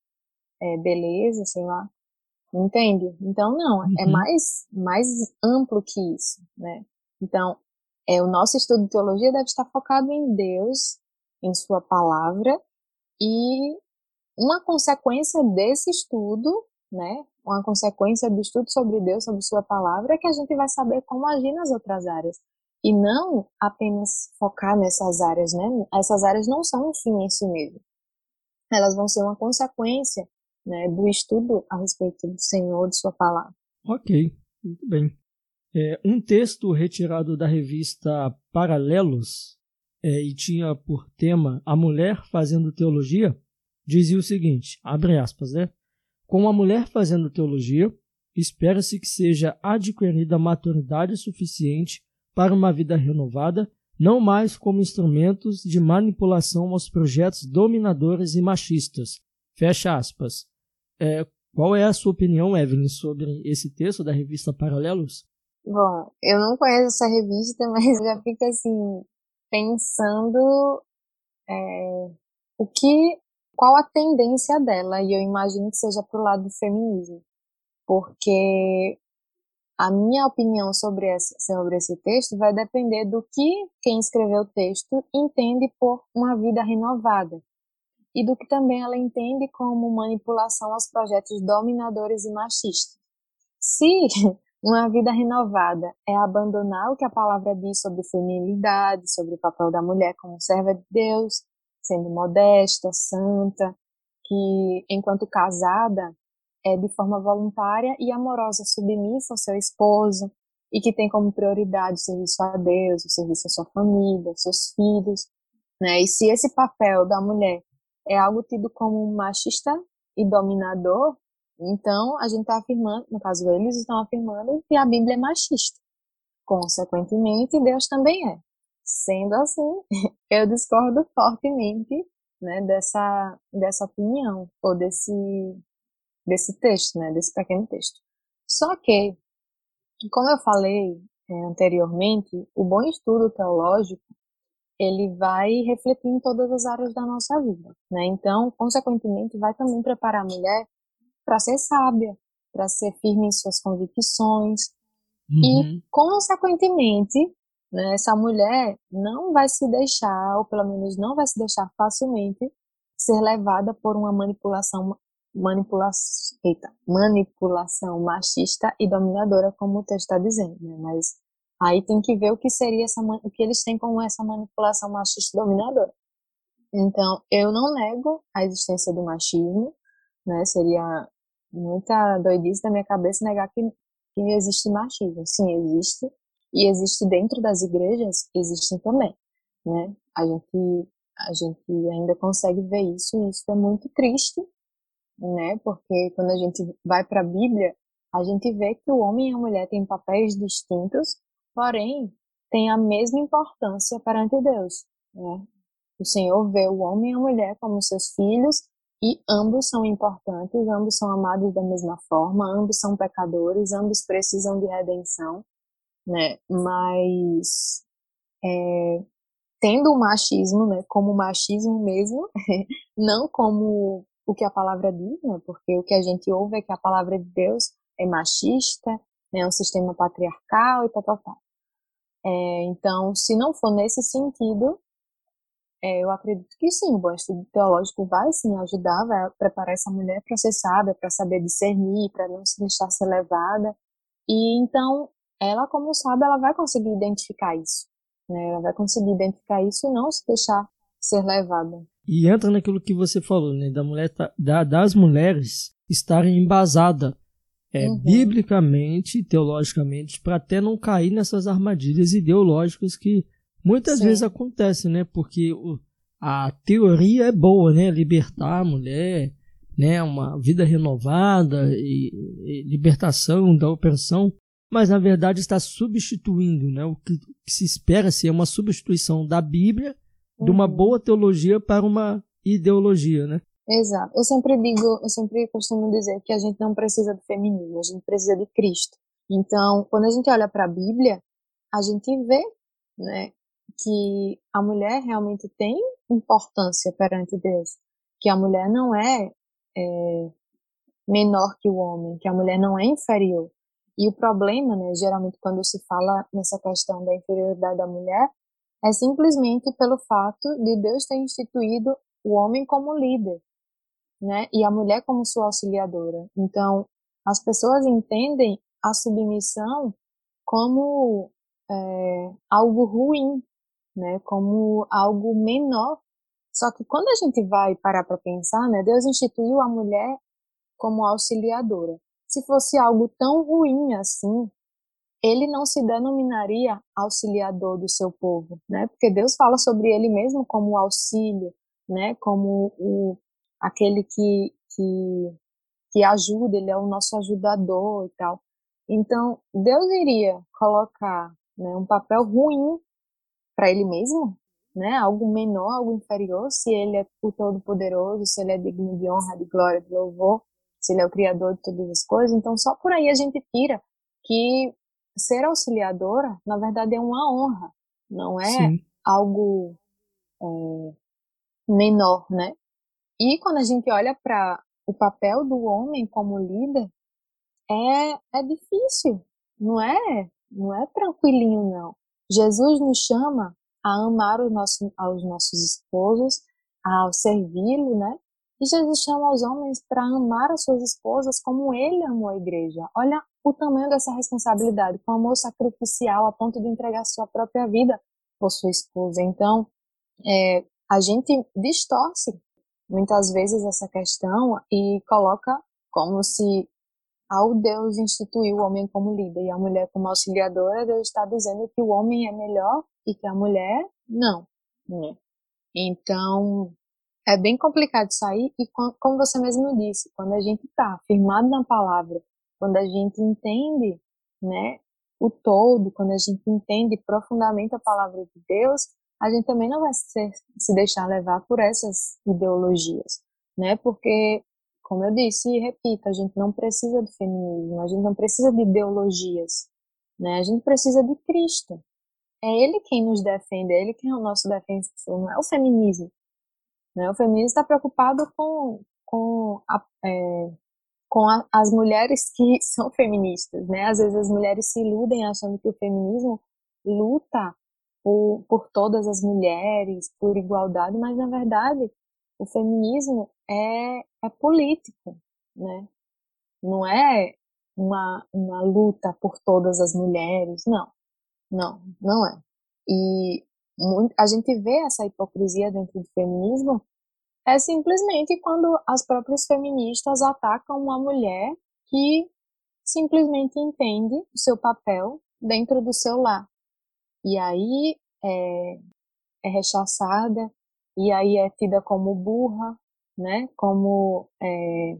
é, beleza, sei lá. Entende? Então, não, é
Uhum.
mais, mais amplo que isso, né? Então, é, o nosso estudo de teologia deve estar focado em Deus, em sua palavra, e uma consequência desse estudo, né? Uma consequência do estudo sobre Deus, sobre sua palavra, é que a gente vai saber como agir nas outras áreas. E não apenas focar nessas áreas, né? Essas áreas não são um fim em si mesmo. Elas vão ser uma consequência, né, do estudo a respeito do Senhor, de sua palavra.
Ok, muito bem. É, um texto retirado da revista Paralelos é, e tinha por tema A Mulher Fazendo Teologia, dizia o seguinte, abre aspas, né? Com a mulher fazendo teologia, espera-se que seja adquirida maturidade suficiente para uma vida renovada, não mais como instrumentos de manipulação aos projetos dominadores e machistas. Fecha aspas. É, qual é a sua opinião, Evelyn, sobre esse texto da revista Paralelos?
Bom, eu não conheço essa revista, mas já fico assim, pensando é, o que, qual a tendência dela, e eu imagino que seja pro lado do feminismo, porque a minha opinião sobre esse, sobre esse texto vai depender do que quem escreveu o texto entende por uma vida renovada, e do que também ela entende como manipulação aos projetos dominadores e machistas. Se uma vida renovada é abandonar o que a palavra diz sobre feminilidade, sobre o papel da mulher como serva de Deus, sendo modesta, santa, que enquanto casada é de forma voluntária e amorosa, submissa ao seu esposo e que tem como prioridade o serviço a Deus, o serviço à sua família, aos seus filhos, né? E se esse papel da mulher é algo tido como machista e dominador, então a gente está afirmando, no caso eles estão afirmando que a Bíblia é machista. Consequentemente, Deus também é. Sendo assim, eu discordo fortemente, né, dessa, dessa opinião, ou desse, desse texto, né, desse pequeno texto. Só que, como eu falei é, anteriormente, o bom estudo teológico ele vai refletir em todas as áreas da nossa vida, né? Então, consequentemente, vai também preparar a mulher para ser sábia, para ser firme em suas convicções e,
Uhum.
consequentemente, né, essa mulher não vai se deixar, ou pelo menos não vai se deixar facilmente ser levada por uma manipulação, manipulação, eita, manipulação machista e dominadora, como o texto está dizendo, né? Mas aí tem que ver o que seria essa, o que eles têm como essa manipulação machista dominadora. Então, eu não nego a existência do machismo, né? Seria muita doidice da minha cabeça negar que, que existe machismo. Sim, existe. E existe dentro das igrejas, existem também, né? A gente, A gente ainda consegue ver isso, e isso é muito triste, né? Porque quando a gente vai para a Bíblia, a gente vê que o homem e a mulher têm papéis distintos, porém têm a mesma importância perante Deus, né? O Senhor vê o homem e a mulher como seus filhos, e ambos são importantes, ambos são amados da mesma forma, ambos são pecadores, ambos precisam de redenção, né? Mas é, tendo o machismo, né, como machismo mesmo, não como o que a palavra diz, né, porque o que a gente ouve é que a palavra de Deus é machista, né, é um sistema patriarcal e tal, tal, tal. É, então, se não for nesse sentido, é, eu acredito que sim, o bom estudo teológico vai sim ajudar, vai preparar essa mulher para ser sábia, para saber discernir, para não se deixar ser levada. E então, ela como sábia, ela vai conseguir identificar isso, né? Ela vai conseguir identificar isso e não se deixar ser levada.
E entra naquilo que você falou, né, da mulher, da, das mulheres estarem embasadas é,
Uhum.
biblicamente, teologicamente, para até não cair nessas armadilhas ideológicas que muitas
Sim.
vezes acontecem, né? Porque o, a teoria é boa, né? Libertar a mulher, né? Uma vida renovada e, e libertação da opressão, mas na verdade está substituindo, né? O que, o que se espera ser uma substituição da Bíblia, uhum, de uma boa teologia para uma ideologia, né?
Exato. Eu sempre digo, eu sempre costumo dizer que a gente não precisa do feminismo, a gente precisa de Cristo. Então, quando a gente olha para a Bíblia, a gente vê, né, que a mulher realmente tem importância perante Deus, que a mulher não é, é menor que o homem, que a mulher não é inferior. E o problema, né, geralmente quando se fala nessa questão da inferioridade da mulher, é simplesmente pelo fato de Deus ter instituído o homem como líder, né, e a mulher como sua auxiliadora. Então, as pessoas entendem a submissão como é, algo ruim, né, como algo menor. Só que quando a gente vai parar para pensar, né, Deus instituiu a mulher como auxiliadora. Se fosse algo tão ruim assim, ele não se denominaria auxiliador do seu povo, né? Porque Deus fala sobre ele mesmo como auxílio, né? Como o aquele que que que ajuda, ele é o nosso ajudador e tal. Então, Deus iria colocar, né, um papel ruim para ele mesmo, né? Algo menor, algo inferior, se ele é o todo-poderoso, se ele é digno de honra, de glória, de louvor, se ele é o criador de todas as coisas. Então, só por aí a gente tira que ser auxiliadora, na verdade, é uma honra, não é
Sim.
algo é, menor, né? E quando a gente olha para o papel do homem como líder, é, é difícil, não é, não é tranquilinho, não. Jesus nos chama a amar os nossos, aos nossos esposos, a servi-lo, né? E Jesus chama os homens para amar as suas esposas como ele amou a igreja. Olha o tamanho dessa responsabilidade, com amor sacrificial a ponto de entregar sua própria vida por sua esposa. Então, é, a gente distorce muitas vezes essa questão e coloca como se ao Deus instituir o homem como líder e a mulher como auxiliadora, Deus está dizendo que o homem é melhor e que a mulher não, né? Então, é bem complicado isso aí, e como você mesmo disse, quando a gente está firmado na palavra, quando a gente entende, né, o todo, quando a gente entende profundamente a palavra de Deus, a gente também não vai ser, se deixar levar por essas ideologias, né? Porque, como eu disse e repito, a gente não precisa do feminismo, a gente não precisa de ideologias, né? A gente precisa de Cristo. É Ele quem nos defende, é Ele quem é o nosso defensor, não é o feminismo. Né? O feminismo está preocupado com, com, a, é, com a, as mulheres que são feministas, né? Às vezes as mulheres se iludem achando que o feminismo luta por, por todas as mulheres, por igualdade, mas na verdade o feminismo é, é político, né? Não é uma, uma luta por todas as mulheres, não, não, não é. E muito, a gente vê essa hipocrisia dentro do feminismo é simplesmente quando as próprias feministas atacam uma mulher que simplesmente entende o seu papel dentro do seu lar. E aí é, é rechaçada, e aí é tida como burra, né? Como é,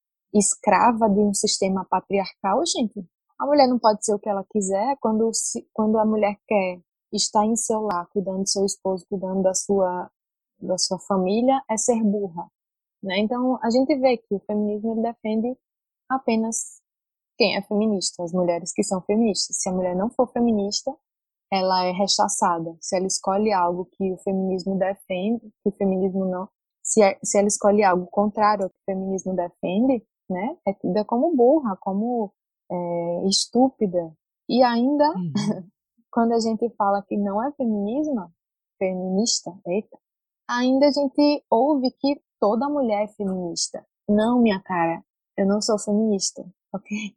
escrava de um sistema patriarcal. Gente, a mulher não pode ser o que ela quiser. Quando, se, quando a mulher quer estar em seu lar, cuidando do seu esposo, cuidando da sua, da sua família, é ser burra, né? Então, a gente vê que o feminismo ele defende apenas quem é feminista, as mulheres que são feministas. Se a mulher não for feminista, ela é rechaçada. Se ela escolhe algo que o feminismo defende, que o feminismo não, se, é, se ela escolhe algo contrário ao que o feminismo defende, né, é tida como burra, como é, estúpida. E ainda, uhum. quando a gente fala que não é feminismo, feminista, eita, ainda a gente ouve que toda mulher é feminista. Não, minha cara, eu não sou feminista, ok?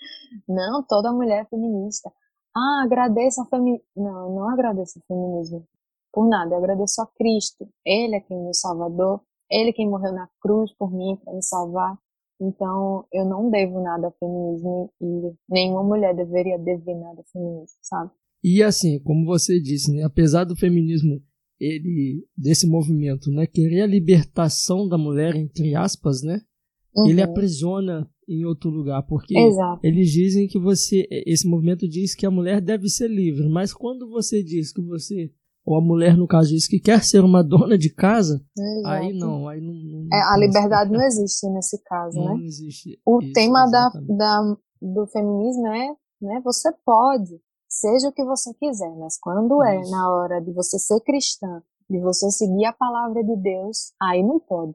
Não, toda mulher é feminista. Ah, agradeço a feminismo. Não, não agradeço o feminismo por nada. Eu agradeço a Cristo. Ele é quem é meu salvador. Ele é quem morreu na cruz por mim, para me salvar. Então, eu não devo nada ao feminismo e nenhuma mulher deveria dever nada ao feminismo, sabe?
E assim, como você disse, né, apesar do feminismo, ele, desse movimento, né, querer a libertação da mulher, entre aspas, né, uhum. ele aprisiona em outro lugar, porque
Exato.
Eles dizem que você, esse movimento diz que a mulher deve ser livre, mas quando você diz que você, ou a mulher no caso diz que quer ser uma dona de casa, Exato. aí não, aí não, não
é, a liberdade não existe nesse caso,
não
né?
Não existe.
O
isso,
tema da, da, do feminismo é, né, você pode, seja o que você quiser, mas quando isso. é na hora de você ser cristã, de você seguir a palavra de Deus, aí não pode.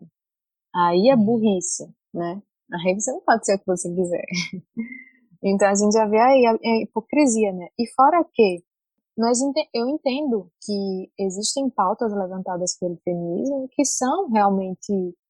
Aí é burrice, né? Aí você não pode ser o que você quiser. Então a gente já vê aí a, a hipocrisia, né? E fora que nós ente- eu entendo que existem pautas levantadas pelo feminismo que são realmente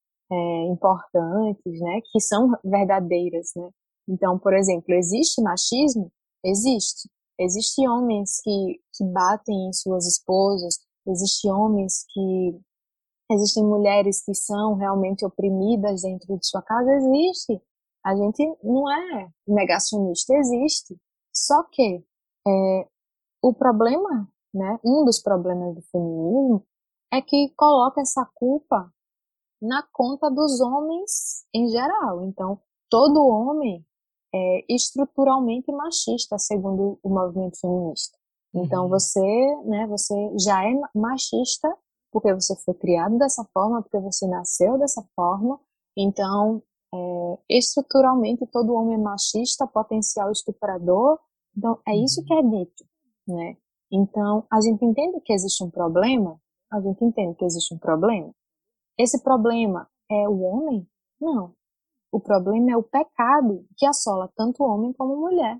é, importantes, né? Que são verdadeiras, né? Então, por exemplo, existe machismo? Existe. Existem homens que, que batem em suas esposas, existem homens que Existem mulheres que são realmente oprimidas dentro de sua casa? Existe. A gente não é negacionista, existe. Só que é, o problema, né, um dos problemas do feminismo é que coloca essa culpa na conta dos homens em geral. Então, todo homem é estruturalmente machista, segundo o movimento feminista. Então, uhum. você, né, você já é machista porque você foi criado dessa forma, porque você nasceu dessa forma. Então, é, estruturalmente, todo homem é machista, potencial estuprador. Então, é isso que é dito, né? Então, a gente entende que existe um problema? A gente entende que existe um problema. Esse problema é o homem? Não. O problema é o pecado que assola tanto homem como mulher.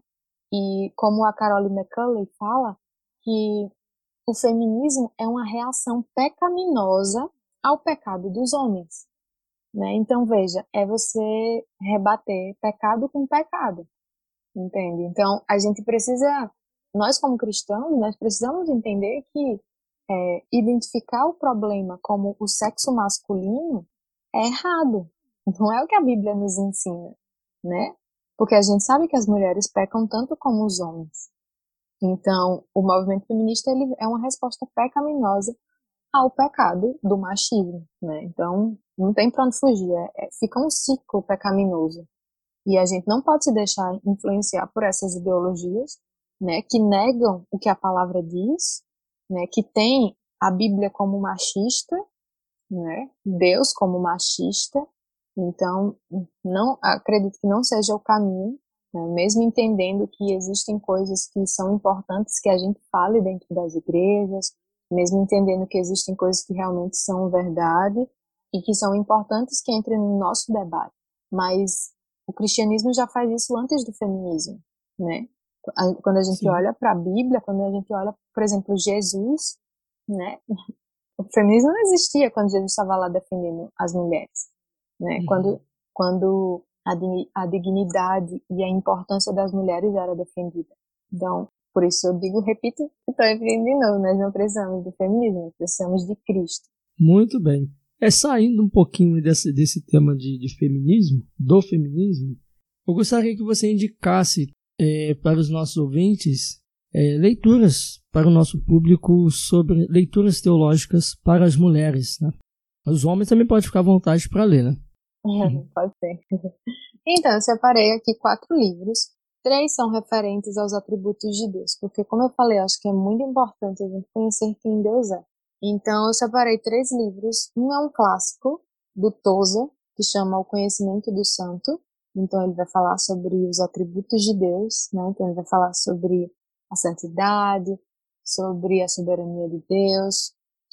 E como a Carole McCulley fala, que o feminismo é uma reação pecaminosa ao pecado dos homens, né? Então, veja, é você rebater pecado com pecado, entende? Então, a gente precisa, nós como cristãos, nós precisamos entender que é, identificar o problema como o sexo masculino é errado, não é o que a Bíblia nos ensina, né? Porque a gente sabe que as mulheres pecam tanto como os homens. Então, o movimento feminista ele é uma resposta pecaminosa ao pecado do machismo, né? Então, não tem para onde fugir, é, é, fica um ciclo pecaminoso. E a gente não pode se deixar influenciar por essas ideologias, né, que negam o que a palavra diz, né, que tem a Bíblia como machista, né, Deus como machista. Então, não acredito que não seja o caminho. Mesmo entendendo que existem coisas que são importantes que a gente fale dentro das igrejas, mesmo entendendo que existem coisas que realmente são verdade e que são importantes que entrem no nosso debate. Mas o cristianismo já faz isso antes do feminismo, né? Quando a gente Sim. olha para a Bíblia, quando a gente olha, por exemplo, Jesus, né? O feminismo não existia quando Jesus estava lá defendendo as mulheres, né? Uhum. Quando, quando a dignidade e a importância das mulheres era defendida. Então, por isso eu digo, repito, estou repetindo de novo, nós não precisamos do feminismo, nós precisamos de Cristo.
Muito bem. É, saindo um pouquinho desse, desse tema de, de feminismo, do feminismo, eu gostaria que você indicasse é, para os nossos ouvintes é, leituras para o nosso público sobre leituras teológicas para as mulheres, né? Os homens também podem ficar à vontade para ler, né?
Uhum. Pode ser. Então, eu separei aqui quatro livros. Três são referentes aos atributos de Deus, porque, como eu falei, acho que é muito importante a gente conhecer quem Deus é. Então, eu separei três livros. Um é um clássico, do Tozer, que chama O Conhecimento do Santo. Então, ele vai falar sobre os atributos de Deus, né? Então, ele vai falar sobre a santidade, sobre a soberania de Deus,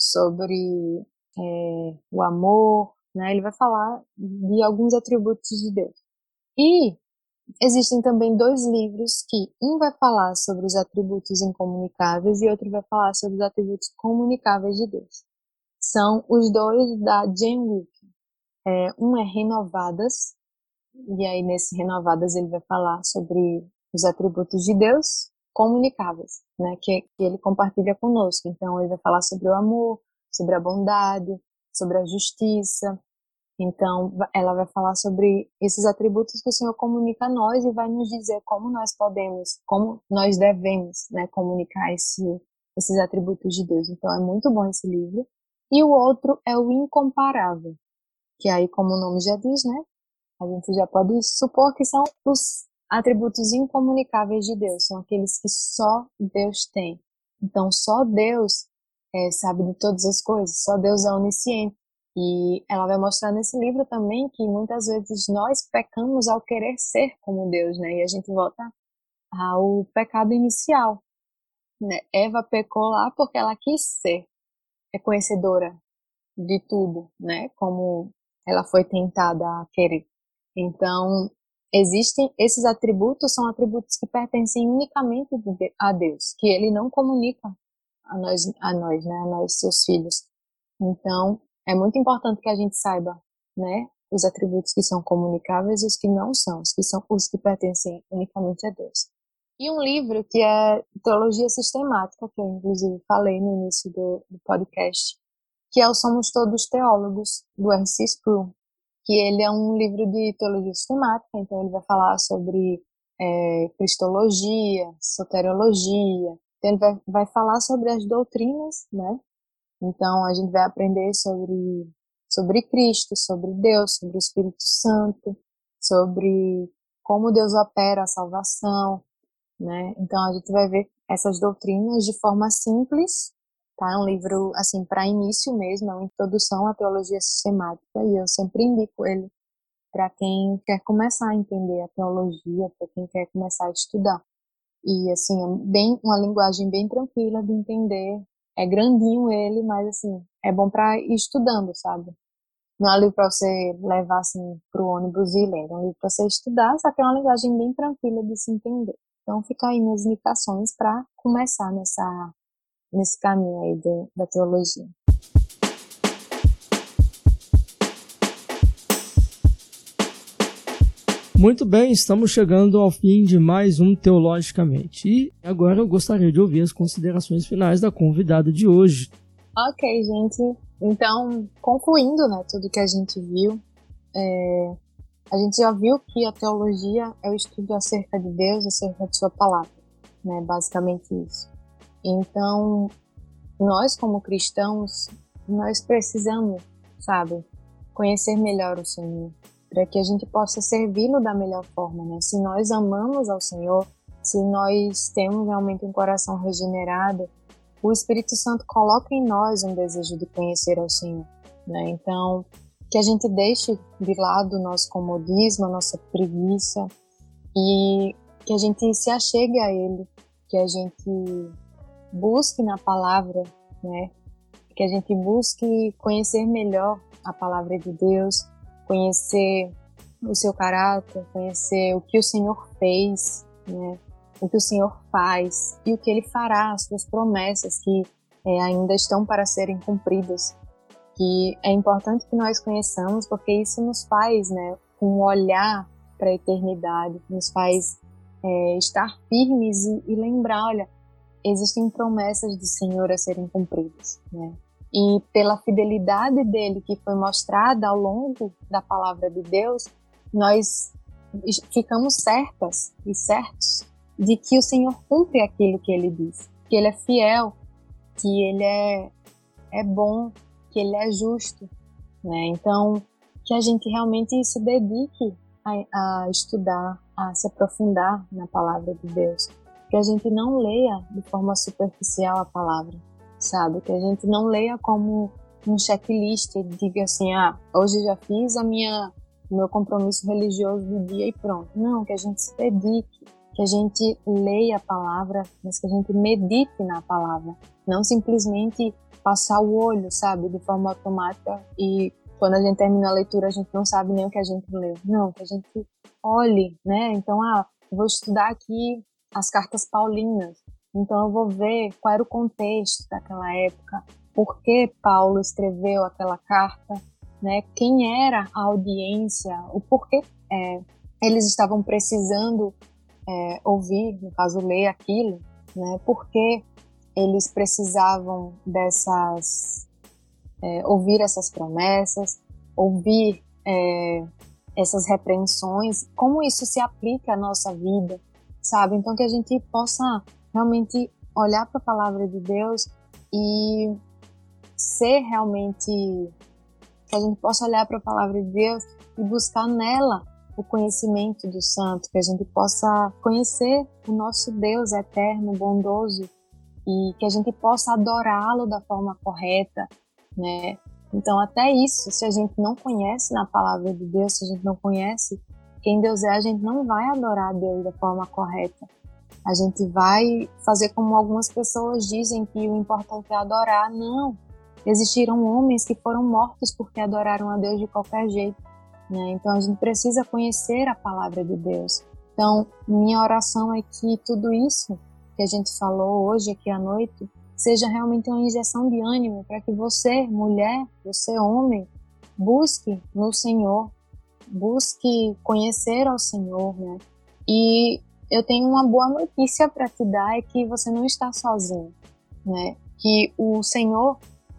sobre é, o amor, né? Ele vai falar de alguns atributos de Deus. E existem também dois livros que um vai falar sobre os atributos incomunicáveis e outro vai falar sobre os atributos comunicáveis de Deus. São os dois da Jen Wilke. É, um é Renovadas, e aí nesse Renovadas ele vai falar sobre os atributos de Deus comunicáveis, né, que, que ele compartilha conosco. Então ele vai falar sobre o amor, sobre a bondade, sobre a justiça. Então ela vai falar sobre esses atributos que o Senhor comunica a nós e vai nos dizer como nós podemos, como nós devemos, né, comunicar esse, esses atributos de Deus. Então é muito bom esse livro. E o outro é o Incomparável, que aí, como o nome já diz, né, a gente já pode supor que são os atributos incomunicáveis de Deus, são aqueles que só Deus tem. Então, só Deus é, sabe de todas as coisas, só Deus é onisciente. E ela vai mostrar nesse livro também que muitas vezes nós pecamos ao querer ser como Deus, né? E a gente volta ao pecado inicial, né? Eva pecou lá porque ela quis ser, é conhecedora de tudo, né? Como ela foi tentada a querer. Então, existem esses atributos, são atributos que pertencem unicamente a Deus, que Ele não comunica a nós, a nós, né, a nós, seus filhos. Então, é muito importante que a gente saiba, né, os atributos que são comunicáveis e os que não são, os que são os que pertencem unicamente a Deus. E um livro que é Teologia Sistemática, que eu inclusive falei no início do, do podcast, que é o Somos Todos Teólogos, do R C Sproul, que ele é um livro de teologia sistemática, então ele vai falar sobre é, cristologia, soteriologia, então ele vai, vai falar sobre as doutrinas, né? Então a gente vai aprender sobre, sobre Cristo, sobre Deus, sobre o Espírito Santo, sobre como Deus opera a salvação, né? Então a gente vai ver essas doutrinas de forma simples, tá? É um livro, assim, para início mesmo, é uma introdução à teologia sistemática, e eu sempre indico ele para quem quer começar a entender a teologia, para quem quer começar a estudar. E, assim, é bem, uma linguagem bem tranquila de entender, é grandinho ele, mas, assim, é bom para ir estudando, sabe? Não é um livro para você levar, assim, pro ônibus e ler, é um livro para você estudar, só que é uma linguagem bem tranquila de se entender. Então, fica aí minhas indicações para começar nessa nesse caminho aí de, da teologia.
Muito bem, estamos chegando ao fim de mais um Teologicamente. E agora eu gostaria de ouvir as considerações finais da convidada de hoje.
Ok, gente. Então, concluindo, né, tudo que a gente viu, é, a gente já viu que a teologia é o estudo acerca de Deus, acerca de sua palavra, né, basicamente isso. Então, nós como cristãos, nós precisamos, sabe, conhecer melhor o Senhor, para que a gente possa servi-lo da melhor forma, né? Se nós amamos ao Senhor, se nós temos realmente um coração regenerado, o Espírito Santo coloca em nós um desejo de conhecer ao Senhor, né? Então, que a gente deixe de lado o nosso comodismo, a nossa preguiça, e que a gente se achegue a Ele, que a gente busque na palavra, né? Que a gente busque conhecer melhor a palavra de Deus, conhecer o seu caráter, conhecer o que o Senhor fez, né? O que o Senhor faz e o que Ele fará, as suas promessas que é, ainda estão para serem cumpridas. Que é importante que nós conheçamos, porque isso nos faz, né, um olhar para a eternidade, nos faz é, estar firmes e, e lembrar, olha, existem promessas do Senhor a serem cumpridas, né? E pela fidelidade dele que foi mostrada ao longo da palavra de Deus, nós ficamos certas e certos de que o Senhor cumpre aquilo que Ele diz, que Ele é fiel, que Ele é, é bom, que Ele é justo, né? Então, que a gente realmente se dedique a, a estudar, a se aprofundar na palavra de Deus, que a gente não leia de forma superficial a palavra, sabe? Que a gente não leia como um checklist e diga assim, ah, hoje já fiz a minha, o meu compromisso religioso do dia e pronto. Não, que a gente se dedique, que a gente leia a palavra, mas que a gente medite na palavra, não simplesmente passar o olho, sabe, de forma automática e quando a gente termina a leitura a gente não sabe nem o que a gente leu. Não, que a gente olhe, né? Então, ah, eu vou estudar aqui as cartas paulinas, então eu vou ver qual era o contexto daquela época, por que Paulo escreveu aquela carta, né? Quem era a audiência, o porquê é, eles estavam precisando é, ouvir, no caso ler aquilo, né? Por que eles precisavam dessas, é, ouvir essas promessas, ouvir é, essas repreensões, como isso se aplica à nossa vida, sabe? Então que a gente possa realmente olhar para a palavra de Deus e ser realmente, que a gente possa olhar para a palavra de Deus e buscar nela o conhecimento do santo, que a gente possa conhecer o nosso Deus eterno, bondoso, e que a gente possa adorá-lo da forma correta, né? Então até isso, se a gente não conhece na palavra de Deus, se a gente não conhece quem Deus é, a gente não vai adorar a Deus da forma correta. A gente vai fazer como algumas pessoas dizem, que o importante é adorar. Não, existiram homens que foram mortos porque adoraram a Deus de qualquer jeito, né? Então a gente precisa conhecer a palavra de Deus. Então minha oração é que tudo isso que a gente falou hoje aqui à noite seja realmente uma injeção de ânimo para que você, mulher, você, homem, busque no Senhor, busque conhecer ao Senhor, né? E eu tenho uma boa notícia para te dar, é que você não está sozinho, né? Que o Senhor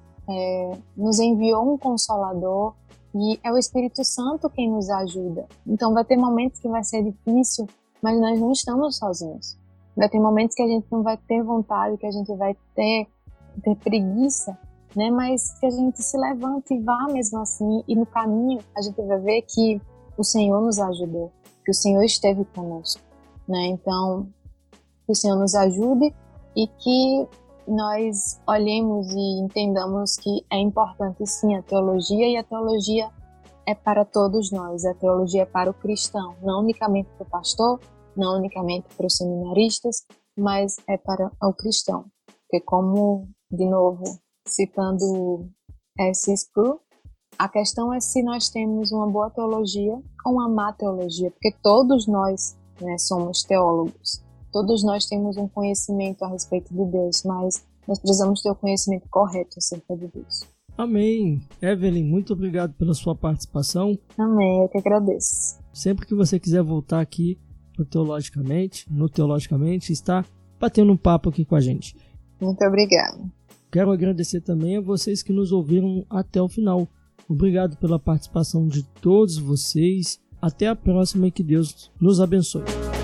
é, nos enviou um Consolador e é o Espírito Santo quem nos ajuda. Então vai ter momentos que vai ser difícil, mas nós não estamos sozinhos. Vai ter momentos que a gente não vai ter vontade, que a gente vai ter, ter preguiça, né? Mas que a gente se levante e vá mesmo assim, e no caminho a gente vai ver que o Senhor nos ajudou, que o Senhor esteve conosco, né? Então, que o Senhor nos ajude e que nós olhemos e entendamos que é importante sim a teologia, e a teologia é para todos nós, a teologia é para o cristão, não unicamente para o pastor, não unicamente para os seminaristas, mas é para o cristão. Porque como, de novo, citando S. Sproul, a questão é se nós temos uma boa teologia ou uma má teologia, porque todos nós, né, somos teólogos, todos nós temos um conhecimento a respeito de Deus, mas nós precisamos ter o conhecimento correto acerca de Deus.
Amém. Evelyn, muito obrigado pela sua participação.
Amém, eu que agradeço.
Sempre que você quiser voltar aqui pro Teologicamente, no Teologicamente, está batendo um papo aqui com a gente.
Muito obrigada.
Quero agradecer também a vocês que nos ouviram até o final. Obrigado pela participação de todos vocês. Até a próxima e que Deus nos abençoe.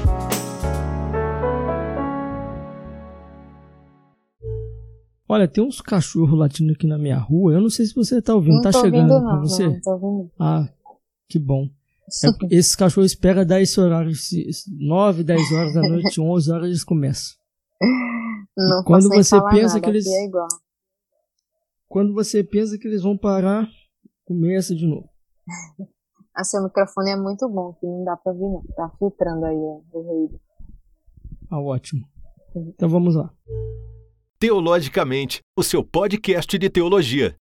Olha, tem uns cachorros latindo aqui na minha rua. Eu não sei se você está ouvindo.
Não
tá
tô
chegando
ouvindo,
para
não,
você?
Não, tô ouvindo.
Ah, que bom. É, esses cachorros esperam dar esse horário, nove, dez horas da noite, onze horas eles começam.
Não
quando
posso nem
você
falar
pensa
nada,
que eles
aqui é igual.
Quando você pensa que eles vão parar, começa de novo.
Ah, seu microfone é muito bom, que não dá pra ouvir não. Tá filtrando aí o ruído.
Ah, ótimo. Então vamos lá.
Teologicamente, o seu podcast de teologia.